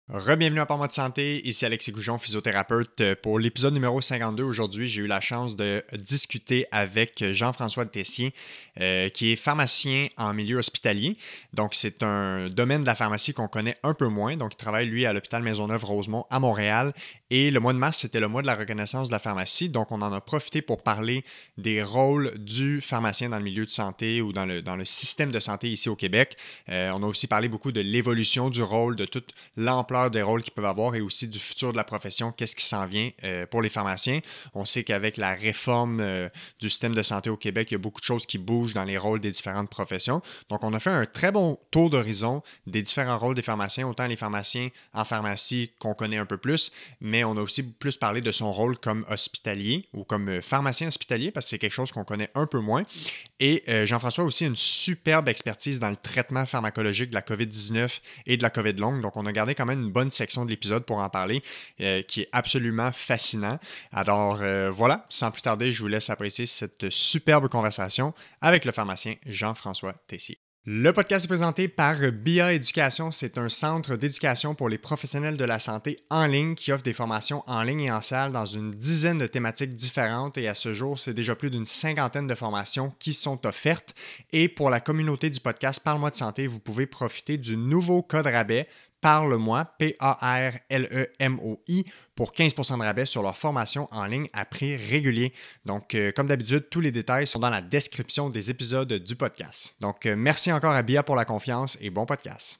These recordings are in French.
Re-bienvenue à Par Mode Santé, ici Alexis Goujon, physiothérapeute. Pour l'épisode numéro 52, aujourd'hui, j'ai eu la chance de discuter avec Jean-François Tessier, qui est pharmacien en milieu hospitalier. Donc, c'est un domaine de la pharmacie qu'on connaît un peu moins. Donc, il travaille, lui, à l'hôpital Maisonneuve-Rosemont à Montréal. Et le mois de mars, c'était le mois de la reconnaissance de la pharmacie. Donc, on en a profité pour parler des rôles du pharmacien dans le milieu de santé ou dans le système de santé ici au Québec. On a aussi parlé beaucoup de l'évolution du rôle, de toute l'ampleur des rôles qu'ils peuvent avoir et aussi du futur de la profession, qu'est-ce qui s'en vient pour les pharmaciens. On sait qu'avec la réforme du système de santé au Québec, il y a beaucoup de choses qui bougent dans les rôles des différentes professions. Donc, on a fait un très bon tour d'horizon des différents rôles des pharmaciens, autant les pharmaciens en pharmacie qu'on connaît un peu plus, mais on a aussi plus parlé de son rôle comme hospitalier ou comme pharmacien hospitalier parce que c'est quelque chose qu'on connaît un peu moins. Et Jean-François a aussi une superbe expertise dans le traitement pharmacologique de la COVID-19 et de la COVID longue. Donc, on a gardé quand même une bonne section de l'épisode pour en parler, qui est absolument fascinant. Alors voilà, sans plus tarder, je vous laisse apprécier cette superbe conversation avec le pharmacien Jean-François Tessier. Le podcast est présenté par BIA Éducation. C'est un centre d'éducation pour les professionnels de la santé en ligne qui offre des formations en ligne et en salle dans une dizaine de thématiques différentes. Et à ce jour, c'est déjà plus d'une cinquantaine de formations qui sont offertes. Et pour la communauté du podcast Parle-moi de santé, vous pouvez profiter du nouveau code rabais Parle-moi, P-A-R-L-E-M-O-I, pour 15% de rabais sur leur formation en ligne à prix régulier. Donc, comme d'habitude, tous les détails sont dans la description des épisodes du podcast. Donc, merci encore à BIA pour la confiance et bon podcast.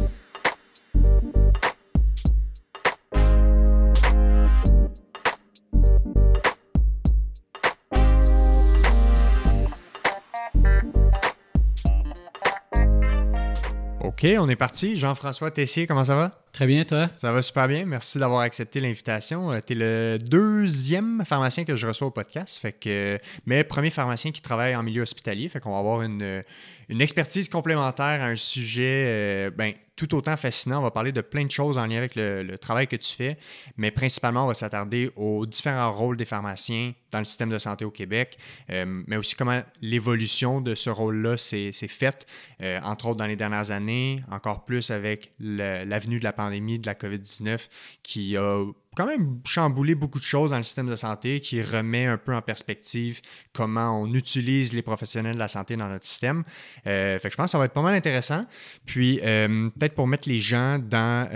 OK, on est parti. Jean-François Tessier, comment ça va? Très bien, toi? Ça va super bien. Merci d'avoir accepté l'invitation. Tu es le deuxième pharmacien que je reçois au podcast, mais premier pharmacien qui travaille en milieu hospitalier. Fait qu'on va avoir une expertise complémentaire à un sujet tout autant fascinant. On va parler de plein de choses en lien avec le travail que tu fais, mais principalement, on va s'attarder aux différents rôles des pharmaciens dans le système de santé au Québec, mais aussi comment l'évolution de ce rôle-là s'est faite, entre autres dans les dernières années, encore plus avec l'avenue de la pandémie de la COVID-19 qui a quand même chamboulé beaucoup de choses dans le système de santé, qui remet un peu en perspective comment on utilise les professionnels de la santé dans notre système. Fait que je pense que ça va être pas mal intéressant. Puis, peut-être pour mettre les gens dans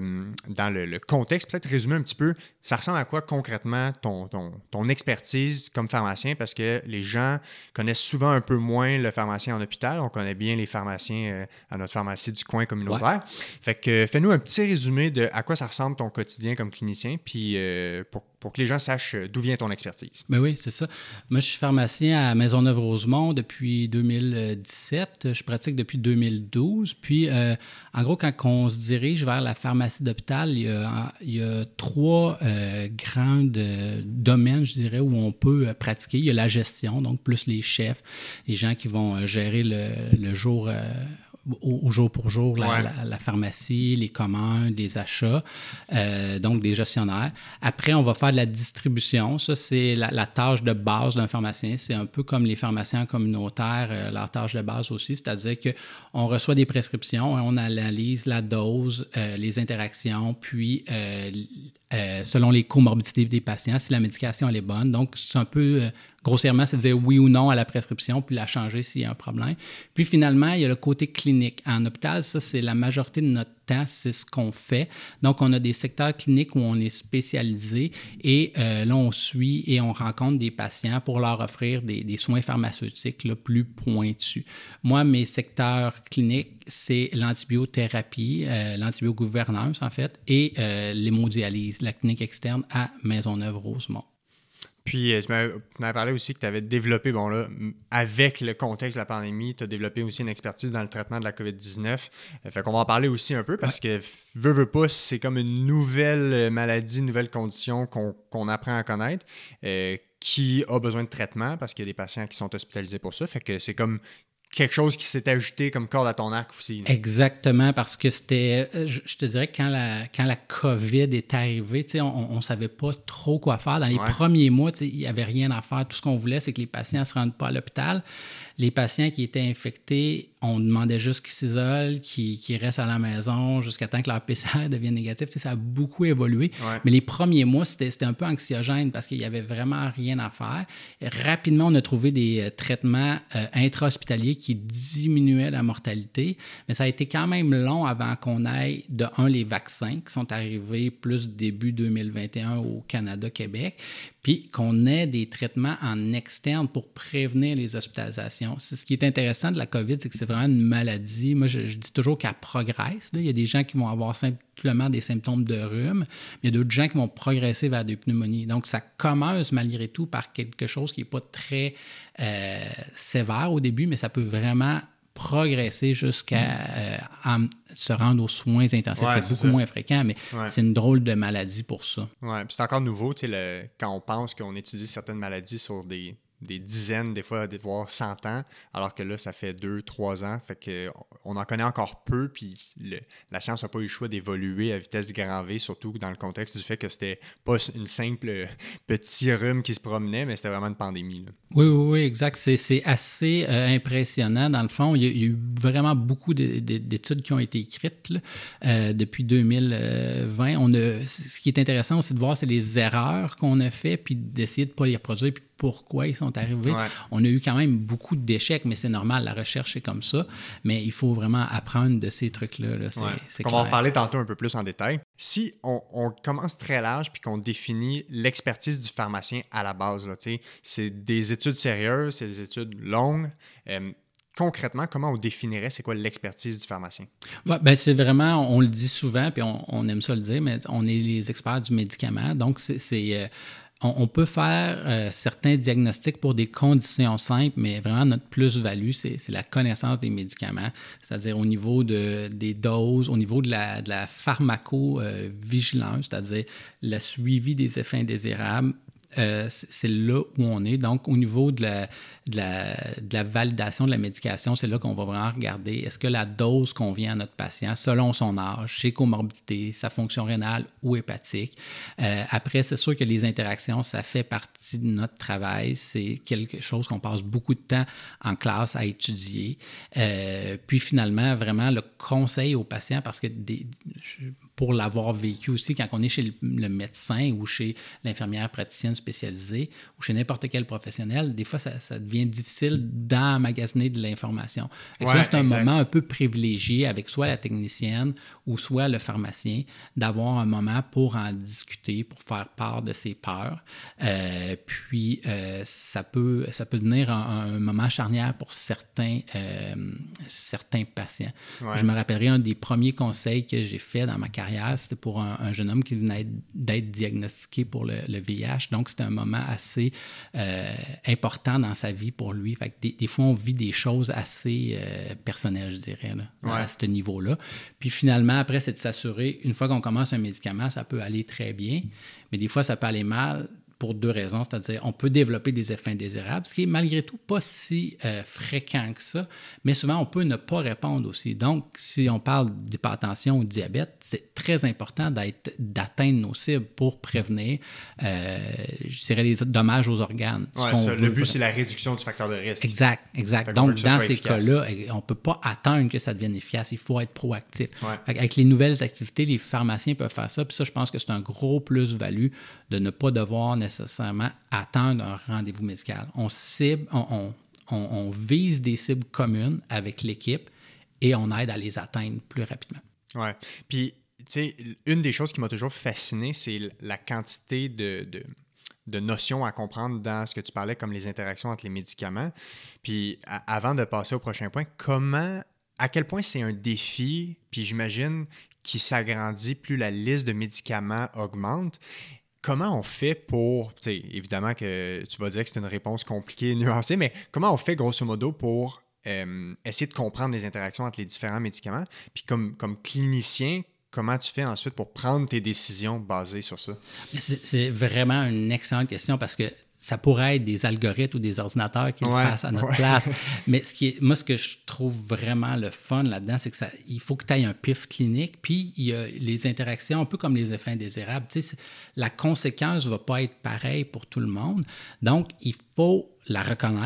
le contexte, peut-être résumer un petit peu, ça ressemble à quoi concrètement ton expertise comme pharmacien, parce que les gens connaissent souvent un peu moins le pharmacien en hôpital. On connaît bien les pharmaciens à notre pharmacie du coin communautaire. Ouais. Fait que fais-nous un petit résumé de à quoi ça ressemble ton quotidien comme clinicien, puis pour que les gens sachent d'où vient ton expertise. Ben oui, c'est ça. Moi, je suis pharmacien à Maisonneuve-Rosemont depuis 2017. Je pratique depuis 2012. Puis, en gros, quand on se dirige vers la pharmacie d'hôpital, il y a trois grands domaines, je dirais, où on peut pratiquer. Il y a la gestion, donc plus les chefs, les gens qui vont gérer le jour... au jour pour jour, la pharmacie, les commandes, les achats, donc des gestionnaires. Après, on va faire de la distribution. Ça, c'est la tâche de base d'un pharmacien. C'est un peu comme les pharmaciens communautaires, leur tâche de base aussi, c'est-à-dire qu'on reçoit des prescriptions, on analyse la dose, les interactions, puis selon les comorbidités des patients, si la médication elle est bonne. Donc, c'est un peu... grossièrement, c'est de dire oui ou non à la prescription, puis la changer s'il y a un problème. Puis finalement, il y a le côté clinique. En hôpital, ça, c'est la majorité de notre temps, c'est ce qu'on fait. Donc, on a des secteurs cliniques où on est spécialisé et là, on suit et on rencontre des patients pour leur offrir des soins pharmaceutiques là, plus pointus. Moi, mes secteurs cliniques, c'est l'antibiothérapie, l'antibiogouvernance, en fait, et l'hémodialyse, la clinique externe à Maisonneuve-Rosemont. Puis, tu m'avais parlé aussi que tu avais développé, avec le contexte de la pandémie, tu as développé aussi une expertise dans le traitement de la COVID-19. Fait qu'on va en parler aussi un peu parce que, veux pas, c'est comme une nouvelle maladie, une nouvelle condition qu'on apprend à connaître, qui a besoin de traitement parce qu'il y a des patients qui sont hospitalisés pour ça. Fait que c'est comme quelque chose qui s'est ajouté comme corde à ton arc aussi. Là. Exactement, parce que c'était, je te dirais que quand la COVID est arrivée, on ne savait pas trop quoi faire. Dans les premiers mois, il n'y avait rien à faire. Tout ce qu'on voulait, c'est que les patients ne se rendent pas à l'hôpital. Les patients qui étaient infectés, on demandait juste qu'ils s'isolent, qu'ils restent à la maison jusqu'à temps que leur PCR devienne négatif. Ça a beaucoup évolué. Ouais. Mais les premiers mois, c'était un peu anxiogène parce qu'il n'y avait vraiment rien à faire. Et rapidement, on a trouvé des traitements intra-hospitaliers qui diminuaient la mortalité. Mais ça a été quand même long avant qu'on ait, les vaccins qui sont arrivés plus début 2021 au Canada, Québec, puis qu'on ait des traitements en externe pour prévenir les hospitalisations. Ce qui est intéressant de la COVID, c'est que c'est vraiment une maladie. Moi, je dis toujours qu'elle progresse. Là. Il y a des gens qui vont avoir simplement des symptômes de rhume, mais il y a d'autres gens qui vont progresser vers des pneumonies. Donc, ça commence malgré tout par quelque chose qui n'est pas très sévère au début, mais ça peut vraiment progresser jusqu'à se rendre aux soins intensifs. Ouais, c'est beaucoup moins fréquent, mais ouais. c'est une drôle de maladie pour ça. Oui, puis c'est encore nouveau, quand on pense qu'on étudie certaines maladies sur des dizaines, des fois, voire 100 ans, alors que là, ça fait 2-3 ans. Fait qu'on en connaît encore peu, puis la science n'a pas eu le choix d'évoluer à vitesse grand V, surtout dans le contexte du fait que c'était pas une simple petit rhume qui se promenait, mais c'était vraiment une pandémie. Là. Oui, exact. C'est assez impressionnant. Dans le fond, il y a eu vraiment beaucoup d'études qui ont été écrites là, depuis 2020. Ce qui est intéressant aussi de voir, c'est les erreurs qu'on a faites, puis d'essayer de ne pas les reproduire, puis pourquoi ils sont arrivés. Ouais. On a eu quand même beaucoup d'échecs, mais c'est normal, la recherche est comme ça. Mais il faut vraiment apprendre de ces trucs-là. Là. C'est on va en parler tantôt un peu plus en détail. Si on commence très large puis qu'on définit l'expertise du pharmacien à la base, là, c'est des études sérieuses, c'est des études longues. Concrètement, comment on définirait c'est quoi l'expertise du pharmacien? Ouais, ben c'est vraiment, on le dit souvent, puis on aime ça le dire, mais on est les experts du médicament. Donc, on peut faire certains diagnostics pour des conditions simples, mais vraiment notre plus-value, c'est la connaissance des médicaments, c'est-à-dire au niveau des doses, au niveau de la pharmacovigilance, c'est-à-dire le suivi des effets indésirables. C'est là où on est. Donc, au niveau de la validation de la médication, c'est là qu'on va vraiment regarder est-ce que la dose convient à notre patient selon son âge, ses comorbidités, sa fonction rénale ou hépatique. Après, c'est sûr que les interactions, ça fait partie de notre travail. C'est quelque chose qu'on passe beaucoup de temps en classe à étudier. Puis finalement, vraiment, le conseil aux patients, parce que pour l'avoir vécu aussi, quand on est chez le médecin ou chez l'infirmière praticienne spécialisée ou chez n'importe quel professionnel, des fois, ça devient difficile d'emmagasiner de l'information. Ouais, c'est un moment un peu privilégié avec soit la technicienne ou soit le pharmacien d'avoir un moment pour en discuter, pour faire part de ses peurs. Puis, ça peut devenir un moment charnière pour certains patients. Ouais. Je me rappellerai un des premiers conseils que j'ai fait dans ma carrière, c'était pour un jeune homme qui venait d'être diagnostiqué pour le VIH. Donc, c'était un moment assez important dans sa vie pour lui. Fait que des fois, on vit des choses assez personnelles, je dirais, là, à ce niveau-là. Puis finalement, après, c'est de s'assurer, une fois qu'on commence un médicament, ça peut aller très bien, mais des fois, ça peut aller mal pour deux raisons, c'est-à-dire on peut développer des effets indésirables, ce qui est malgré tout pas si fréquent que ça, mais souvent on peut ne pas répondre aussi. Donc, si on parle d'hypertension ou de diabète, c'est très important d'atteindre nos cibles pour prévenir, je dirais, les dommages aux organes. Le but, c'est la réduction du facteur de risque. Exact. Donc, dans ces cas-là, on ne peut pas attendre que ça devienne efficace, il faut être proactif. Avec les nouvelles activités, les pharmaciens peuvent faire ça, puis ça, je pense que c'est un gros plus-value de ne pas devoir nécessairement attendre un rendez-vous médical. On cible, on vise des cibles communes avec l'équipe et on aide à les atteindre plus rapidement. Oui. Puis, tu sais, une des choses qui m'a toujours fasciné, c'est la quantité de notions à comprendre dans ce que tu parlais, comme les interactions entre les médicaments. Puis, avant de passer au prochain point, à quel point c'est un défi, puis j'imagine qu'il s'agrandit plus la liste de médicaments augmente. Comment on fait pour, tu sais, évidemment que tu vas dire que c'est une réponse compliquée et nuancée, mais comment on fait grosso modo pour essayer de comprendre les interactions entre les différents médicaments? Puis comme clinicien, comment tu fais ensuite pour prendre tes décisions basées sur ça? C'est vraiment une excellente question parce que ça pourrait être des algorithmes ou des ordinateurs qui le fassent à notre place. Mais ce que je trouve vraiment le fun là-dedans, c'est que il faut que tu aies un pif clinique, puis il y a les interactions, un peu comme les effets indésirables. Tu sais, la conséquence ne va pas être pareille pour tout le monde. Donc, il faut la reconnaître.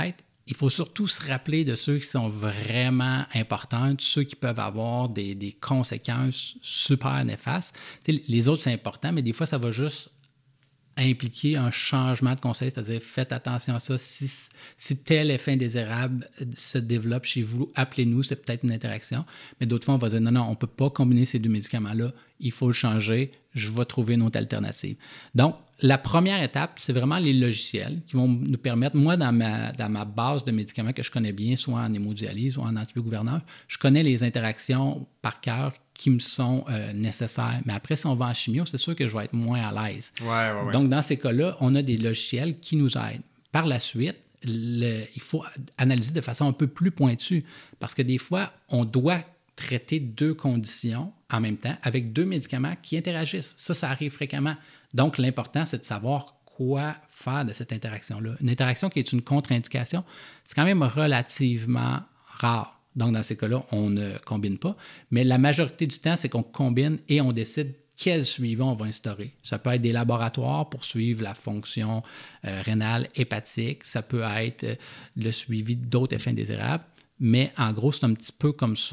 il faut surtout se rappeler de ceux qui sont vraiment importants, ceux qui peuvent avoir des conséquences super néfastes. Les autres, c'est important, mais des fois, ça va juste impliquer un changement de conseil, c'est-à-dire faites attention à ça. Si tel effet indésirable se développe chez vous, appelez-nous, c'est peut-être une interaction. Mais d'autres fois, on va dire non, on ne peut pas combiner ces deux médicaments-là, il faut le changer, je vais trouver une autre alternative. Donc, la première étape, c'est vraiment les logiciels qui vont nous permettre, moi, dans ma base de médicaments que je connais bien, soit en hémodialyse ou en antibiogouverneur, je connais les interactions par cœur qui me sont nécessaires. Mais après, si on va en chimio, c'est sûr que je vais être moins à l'aise. Ouais. Donc, dans ces cas-là, on a des logiciels qui nous aident. Par la suite, il faut analyser de façon un peu plus pointue parce que des fois, on doit traiter deux conditions en même temps avec deux médicaments qui interagissent. Ça arrive fréquemment. Donc, l'important, c'est de savoir quoi faire de cette interaction-là. Une interaction qui est une contre-indication, c'est quand même relativement rare. Donc, dans ces cas-là, on ne combine pas. Mais la majorité du temps, c'est qu'on combine et on décide quel suivant on va instaurer. Ça peut être des laboratoires pour suivre la fonction rénale, hépatique. Ça peut être le suivi d'autres effets indésirables. Mais en gros, c'est un petit peu comme ça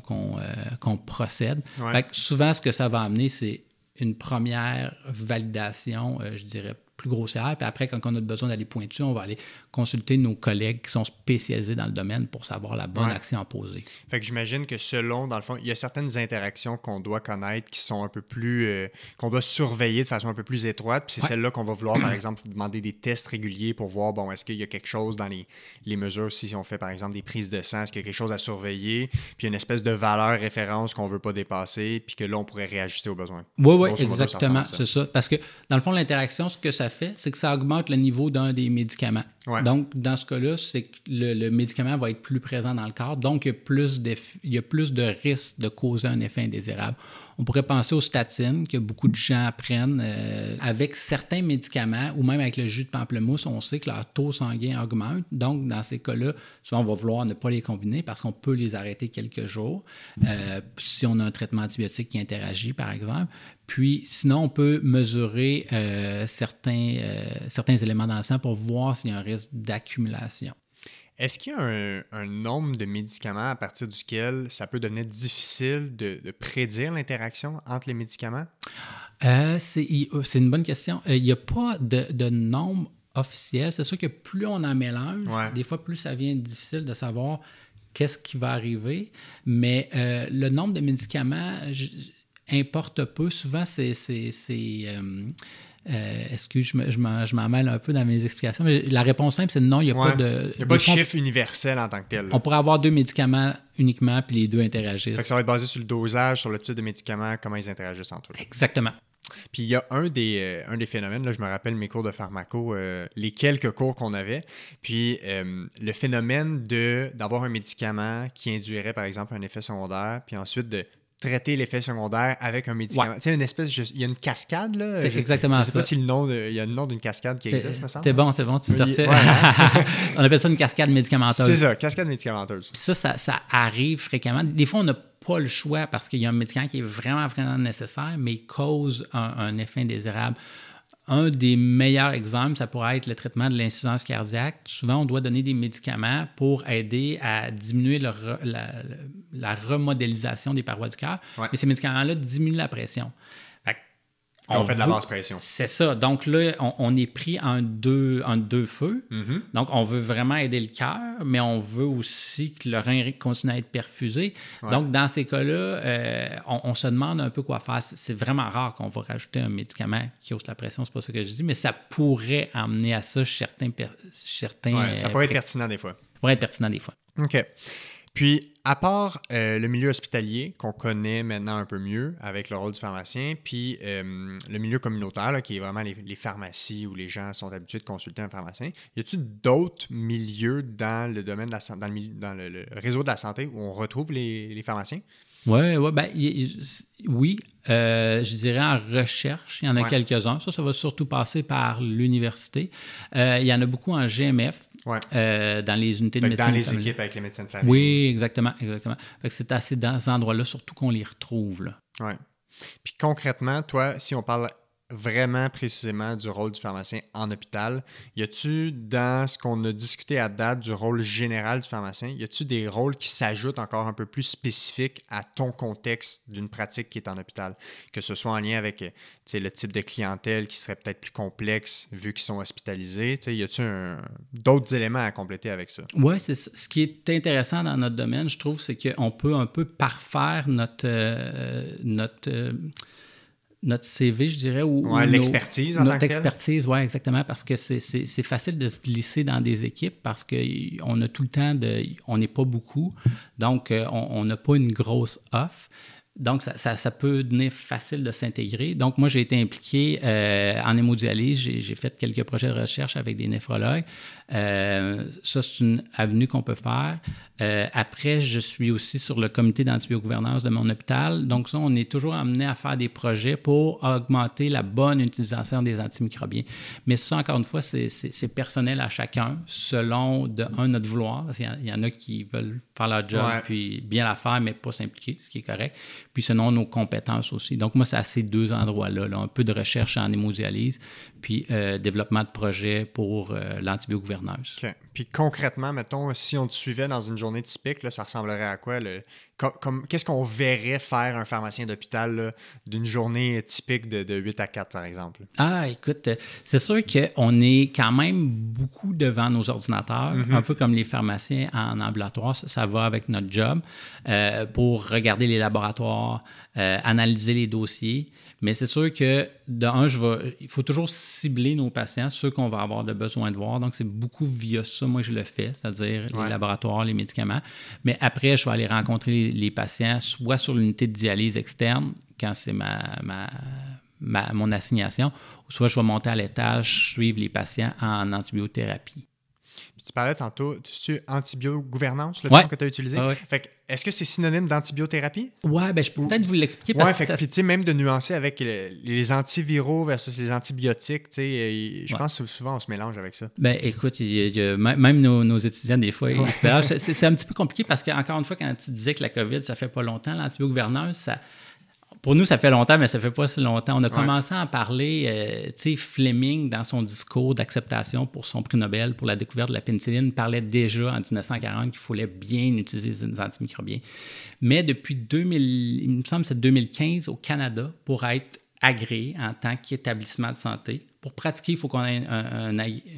qu'on procède. Ouais. Fait que souvent, ce que ça va amener, c'est une première validation, je dirais, plus grossière. Puis après, quand on a besoin d'aller pointu, on va aller consulter nos collègues qui sont spécialisés dans le domaine pour savoir la bonne action à poser. Fait que j'imagine que selon, dans le fond, il y a certaines interactions qu'on doit connaître qui sont un peu plus... qu'on doit surveiller de façon un peu plus étroite. Puis c'est celle-là qu'on va vouloir, par exemple, demander des tests réguliers pour voir, bon, est-ce qu'il y a quelque chose dans les mesures, si on fait, par exemple, des prises de sang, est-ce qu'il y a quelque chose à surveiller? Puis une espèce de valeur référence qu'on ne veut pas dépasser, puis que là, on pourrait réajuster aux besoins. Oui, exactement, c'est ça. Parce que, dans le fond, l'interaction, ce que ça fait, c'est que ça augmente le niveau d'un des médicaments. Ouais. Donc, dans ce cas-là, c'est que le médicament va être plus présent dans le corps. Donc, il y a plus de risques de causer un effet indésirable. On pourrait penser aux statines que beaucoup de gens prennent. Avec certains médicaments ou même avec le jus de pamplemousse, on sait que leur taux sanguin augmente. Donc, dans ces cas-là, souvent, on va vouloir ne pas les combiner parce qu'on peut les arrêter quelques jours si on a un traitement antibiotique qui interagit, par exemple. Puis, sinon, on peut mesurer certains éléments dans le sang pour voir s'il y a un risque d'accumulation. Est-ce qu'il y a un nombre de médicaments à partir duquel ça peut devenir difficile de prédire l'interaction entre les médicaments? C'est une bonne question. Il n'y a pas de nombre officiel. C'est sûr que plus on en mélange, des fois, plus ça devient difficile de savoir qu'est-ce qui va arriver. Mais le nombre de médicaments importe peu. Souvent, excuse, je m'en mêle un peu dans mes explications, mais la réponse simple, c'est non, il n'y a pas de... Il n'y a pas de chiffre universel en tant que tel. On pourrait avoir deux médicaments uniquement, puis les deux interagissent. Fait que ça va être basé sur le dosage, sur le type de médicaments, comment ils interagissent entre eux. Exactement. Puis il y a un des phénomènes, là, je me rappelle mes cours de pharmaco, les quelques cours qu'on avait, puis le phénomène d'avoir un médicament qui induirait, par exemple, un effet secondaire, puis ensuite de traiter l'effet secondaire avec un médicament. Tu sais, une espèce, il y a une cascade, là. C'est exactement ça. Je sais pas si il y a le nom d'une cascade qui existe, me semble. C'est bon, tu sortais. On appelle ça une cascade médicamenteuse. C'est ça, cascade médicamenteuse. Puis ça arrive fréquemment. Des fois, on n'a pas le choix parce qu'il y a un médicament qui est vraiment, vraiment nécessaire, mais il cause un effet indésirable. Un des meilleurs exemples, ça pourrait être le traitement de l'insuffisance cardiaque. Souvent, on doit donner des médicaments pour aider à diminuer la remodélisation des parois du cœur. Ouais. Mais ces médicaments-là diminuent la pression. On fait de la basse pression. C'est ça. Donc là, on est pris en deux feux. Mm-hmm. Donc, on veut vraiment aider le cœur, mais on veut aussi que le rein continue à être perfusé. Ouais. Donc, dans ces cas-là, on se demande un peu quoi faire. C'est vraiment rare qu'on va rajouter un médicament qui hausse la pression, c'est pas ça que je dis, mais ça pourrait amener à ça certains ça pourrait être pertinent des fois. Ça pourrait être pertinent des fois. OK. Puis, à part le milieu hospitalier, qu'on connaît maintenant un peu mieux avec le rôle du pharmacien, puis le milieu communautaire, là, qui est vraiment les pharmacies où les gens sont habitués de consulter un pharmacien, y a-t-il d'autres milieux dans le domaine de la santé, dans le réseau de la santé où on retrouve les pharmaciens? Oui, oui. Je dirais en recherche, il y en a quelques-uns. Ça va surtout passer par l'université. Il y en a beaucoup en GMF. Ouais. Dans les unités de médecine. Dans les équipes avec les médecins de famille. Oui, exactement. Fait que c'est assez dans ces endroits-là, surtout qu'on les retrouve. Oui. Puis concrètement, toi, si on parle vraiment précisément du rôle du pharmacien en hôpital. Y a-tu, dans ce qu'on a discuté à date du rôle général du pharmacien, y a-tu des rôles qui s'ajoutent encore un peu plus spécifiques à ton contexte d'une pratique qui est en hôpital? Que ce soit en lien avec le type de clientèle qui serait peut-être plus complexe vu qu'ils sont hospitalisés. Y a-tu d'autres éléments à compléter avec ça? Oui, ce qui est intéressant dans notre domaine, je trouve, c'est qu'on peut un peu parfaire notre CV, je dirais, ou l'expertise en tant que telle. Notre expertise, oui, exactement, parce que c'est facile de se glisser dans des équipes parce qu'on a tout le temps on n'est pas beaucoup, donc on n'a pas une grosse offre. Donc, ça peut devenir facile de s'intégrer. Donc, moi, j'ai été impliqué en hémodialyse. J'ai fait quelques projets de recherche avec des néphrologues. Ça, c'est une avenue qu'on peut faire. Après, je suis aussi sur le comité d'antibiogouvernance de mon hôpital. Donc, ça, on est toujours amené à faire des projets pour augmenter la bonne utilisation des antimicrobiens. Mais ça, encore une fois, c'est personnel à chacun, selon, notre vouloir. Parce qu'il y en a qui veulent faire leur job, puis bien la faire, mais pas s'impliquer, ce qui est correct. Puis selon nos compétences aussi. Donc, moi, c'est à ces deux endroits-là, un peu de recherche en hémodialyse, puis développement de projets pour l'antibiogouvernance. OK. Puis concrètement, mettons, si on te suivait dans une journée typique, là, ça ressemblerait à quoi? Qu'est-ce qu'on verrait faire un pharmacien d'hôpital là, d'une journée typique de 8 à 4, par exemple? Ah, écoute, c'est sûr qu'on est quand même beaucoup devant nos ordinateurs, un peu comme les pharmaciens en ambulatoire, ça va avec notre job, pour regarder les laboratoires, analyser les dossiers. Mais c'est sûr que, il faut toujours cibler nos patients, ceux qu'on va avoir besoin de voir. Donc, c'est beaucoup via ça, moi, je le fais, c'est-à-dire les laboratoires, les médicaments. Mais après, je vais aller rencontrer les patients, soit sur l'unité de dialyse externe, quand c'est mon assignation, soit je vais monter à l'étage, suivre les patients en antibiothérapie. Puis tu parlais tantôt, tu antibiogouvernance, le terme que tu as utilisé. Ouais. Fait que, est-ce que c'est synonyme d'antibiothérapie? Oui, bien, je peux peut-être vous l'expliquer. Oui, fait que, puis tu sais, même de nuancer avec les antiviraux versus les antibiotiques, tu sais, je pense que souvent on se mélange avec ça. Bien, écoute, même nos étudiants, des fois, ils se mélangent. C'est un petit peu compliqué parce qu'encore une fois, quand tu disais que la COVID, ça fait pas longtemps, l'antibiogouvernance, pour nous, ça fait longtemps, mais ça fait pas si longtemps. On a commencé à en parler. Tu sais, Fleming, dans son discours d'acceptation pour son prix Nobel pour la découverte de la pénicilline, parlait déjà en 1940 qu'il fallait bien utiliser les antimicrobiens. Mais depuis 2000, il me semble que c'est 2015 au Canada, pour être agréé en tant qu'établissement de santé. Pour pratiquer, il faut qu'on ait un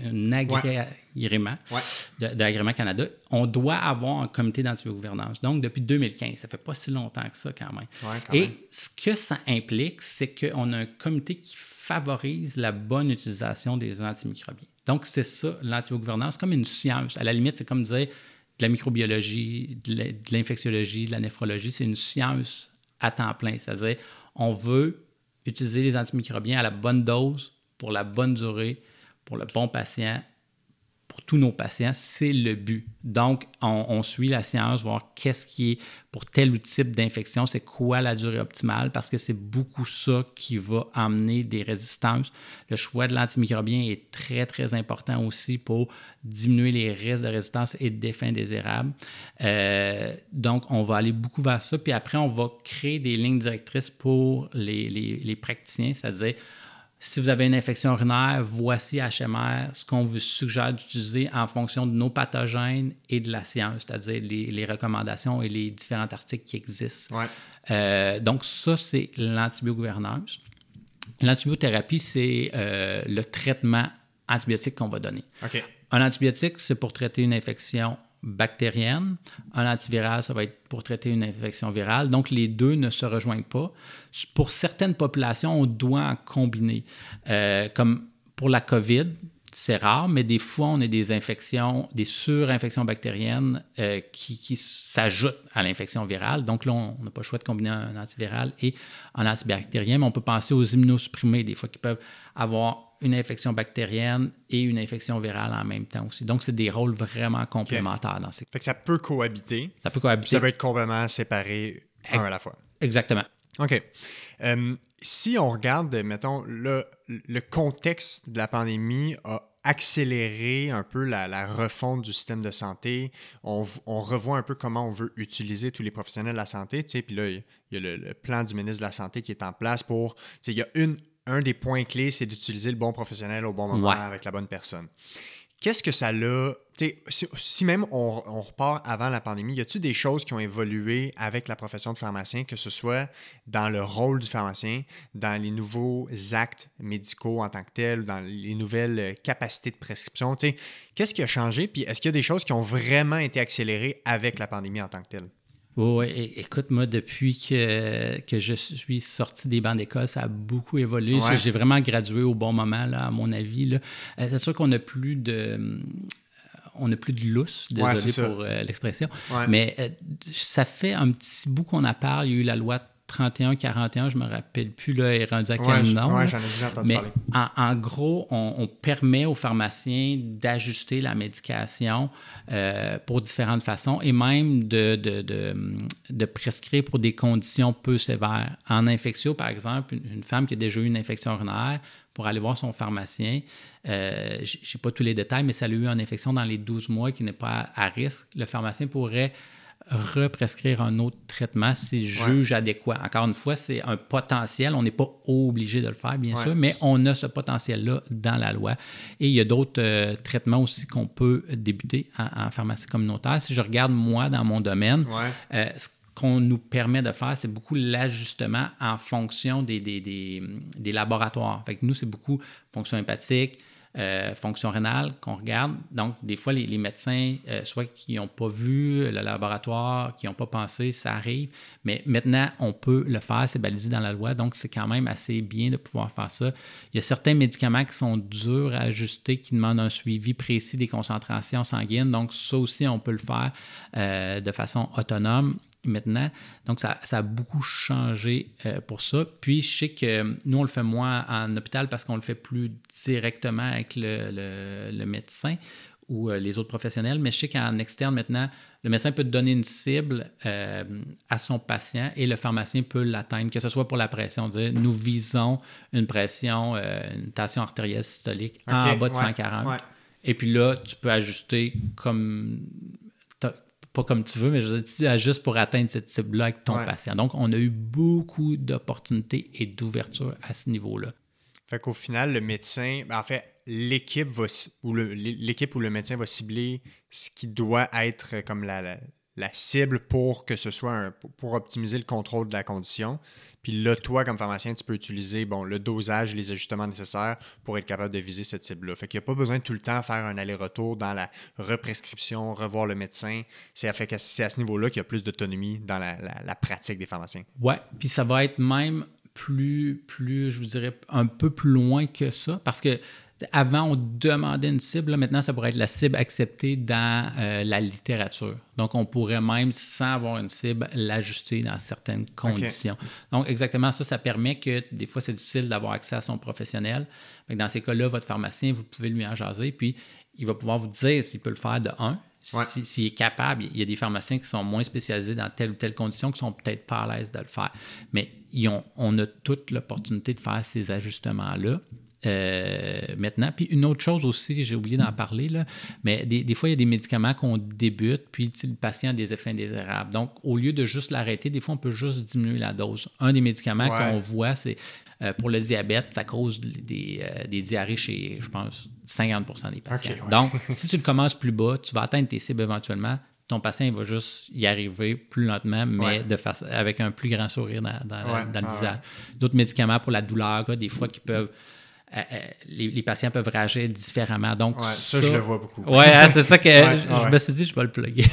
agrément d'Agrément Canada. On doit avoir un comité d'antibiogouvernance. Donc, depuis 2015, ça ne fait pas si longtemps que ça quand même. Ce que ça implique, c'est qu'on a un comité qui favorise la bonne utilisation des antimicrobiens. Donc, c'est ça, l'antibiogouvernance, comme une science. À la limite, c'est comme dire de la microbiologie, de l'infectiologie, de la néphrologie. C'est une science à temps plein. C'est-à-dire, on veut utiliser les antimicrobiens à la bonne dose, pour la bonne durée, pour le bon patient, pour tous nos patients, c'est le but. Donc, on suit la science, voir qu'est-ce qui est pour tel ou type d'infection, c'est quoi la durée optimale, parce que c'est beaucoup ça qui va amener des résistances. Le choix de l'antimicrobien est très, très important aussi pour diminuer les risques de résistance et d'effets indésirables. Donc, on va aller beaucoup vers ça. Puis après, on va créer des lignes directrices pour les praticiens, c'est-à-dire, si vous avez une infection urinaire, voici HMR, ce qu'on vous suggère d'utiliser en fonction de nos pathogènes et de la science, c'est-à-dire les recommandations et les différents articles qui existent. Donc, ça, c'est l'antibiogouvernance. L'antibiothérapie, c'est le traitement antibiotique qu'on va donner. Un antibiotique, c'est pour traiter une infection bactérienne. Un antiviral, ça va être pour traiter une infection virale. Donc, les deux ne se rejoignent pas. Pour certaines populations, on doit en combiner. Comme pour la COVID, c'est rare, mais des fois, on a des infections, des surinfections bactériennes qui s'ajoutent à l'infection virale. Donc là, on n'a pas le choix de combiner un antiviral et un antibactérien, mais on peut penser aux immunosupprimés, des fois, qui peuvent avoir une infection bactérienne et une infection virale en même temps aussi. Donc, c'est des rôles vraiment complémentaires dans ces cas. Fait que ça peut cohabiter. Ça peut cohabiter. Ça peut être complètement séparé un à la fois. Exactement. OK. Si on regarde, mettons, le contexte de la pandémie a accéléré un peu la refonte du système de santé. On revoit un peu comment on veut utiliser tous les professionnels de la santé. Puis là, il y a le plan du ministre de la Santé qui est en place pour... Il y a un des points clés, c'est d'utiliser le bon professionnel au bon moment avec la bonne personne. Qu'est-ce que ça l'a... Si même on repart avant la pandémie, y a-t-il des choses qui ont évolué avec la profession de pharmacien, que ce soit dans le rôle du pharmacien, dans les nouveaux actes médicaux en tant que tels, dans les nouvelles capacités de prescription? Qu'est-ce qui a changé? Puis est-ce qu'il y a des choses qui ont vraiment été accélérées avec la pandémie en tant que telle? Oui, écoute, moi, depuis que je suis sorti des bancs d'école, ça a beaucoup évolué. Ouais. J'ai vraiment gradué au bon moment, là, à mon avis. Là. C'est sûr qu'on n'a plus de... On n'a plus de lousse, désolé pour l'expression. Ouais. Mais ça fait un petit bout qu'on en parle. Il y a eu la loi 31-41, je ne me rappelle plus, là, elle est rendue à quel nom. Oui, j'en ai déjà entendu parler. En gros, on permet aux pharmaciens d'ajuster la médication pour différentes façons et même de prescrire pour des conditions peu sévères. En infectio, par exemple, une femme qui a déjà eu une infection urinaire, pour aller voir son pharmacien, je n'ai pas tous les détails, mais ça a eu une infection dans les 12 mois qui n'est pas à risque. Le pharmacien pourrait represcrire un autre traitement s'il juge adéquat. Encore une fois, c'est un potentiel. On n'est pas obligé de le faire, bien sûr, mais on a ce potentiel-là dans la loi. Et il y a d'autres traitements aussi qu'on peut débuter en pharmacie communautaire. Si je regarde, moi, dans mon domaine, ce qu'on nous permet de faire, c'est beaucoup l'ajustement en fonction des laboratoires. Fait que nous, c'est beaucoup fonction hépatique, fonction rénale qu'on regarde. Donc, des fois, les médecins, soit qui n'ont pas vu le laboratoire, qui n'ont pas pensé, ça arrive. Mais maintenant, on peut le faire, c'est balisé dans la loi. Donc, c'est quand même assez bien de pouvoir faire ça. Il y a certains médicaments qui sont durs à ajuster, qui demandent un suivi précis des concentrations sanguines. Donc, ça aussi, on peut le faire de façon autonome maintenant. Donc, ça a beaucoup changé pour ça. Puis, je sais que nous, on le fait moins en hôpital parce qu'on le fait plus directement avec le médecin ou les autres professionnels. Mais je sais qu'en externe, maintenant, le médecin peut te donner une cible à son patient et le pharmacien peut l'atteindre, que ce soit pour la pression. Nous visons une pression, une tension artérielle systolique en bas de 140. Ouais. Et puis là, tu peux ajuster comme... pas comme tu veux, mais je veux dire, tu ajustes pour atteindre cette cible-là avec ton patient. Donc, on a eu beaucoup d'opportunités et d'ouverture à ce niveau-là. Fait qu'au final, le médecin, en fait, l'équipe ou le médecin va cibler ce qui doit être comme la cible pour que ce soit pour optimiser le contrôle de la condition. Puis là, toi, comme pharmacien, tu peux utiliser le dosage et les ajustements nécessaires pour être capable de viser cette cible-là. Fait qu'il n'y a pas besoin de tout le temps faire un aller-retour dans la represcription, revoir le médecin. C'est à ce niveau-là qu'il y a plus d'autonomie dans la pratique des pharmaciens. Oui, puis ça va être même plus, je vous dirais, un peu plus loin que ça, parce que avant, on demandait une cible. Là, maintenant, ça pourrait être la cible acceptée dans la littérature. Donc, on pourrait même, sans avoir une cible, l'ajuster dans certaines conditions. Okay. Donc, exactement ça permet que des fois, c'est difficile d'avoir accès à son professionnel. Donc, dans ces cas-là, votre pharmacien, vous pouvez lui en jaser, puis il va pouvoir vous dire s'il peut le faire de un. S'il est capable. Il y a des pharmaciens qui sont moins spécialisés dans telle ou telle condition qui sont peut-être pas à l'aise de le faire. Mais on a toute l'opportunité de faire ces ajustements-là. Maintenant. Puis une autre chose aussi, j'ai oublié d'en parler, là, mais des fois, il y a des médicaments qu'on débute, puis le patient a des effets indésirables. Donc, au lieu de juste l'arrêter, des fois, on peut juste diminuer la dose. Un des médicaments qu'on voit, c'est pour le diabète, ça cause des diarrhées chez, je pense, 50% des patients. Okay, donc, si tu le commences plus bas, tu vas atteindre tes cibles éventuellement. Ton patient, il va juste y arriver plus lentement, mais avec un plus grand sourire dans le visage. D'autres médicaments pour la douleur, des fois, qui peuvent... les patients peuvent réagir différemment. Donc, ça, je le vois beaucoup. Oui, c'est ça que je me suis dit, je vais le plugger.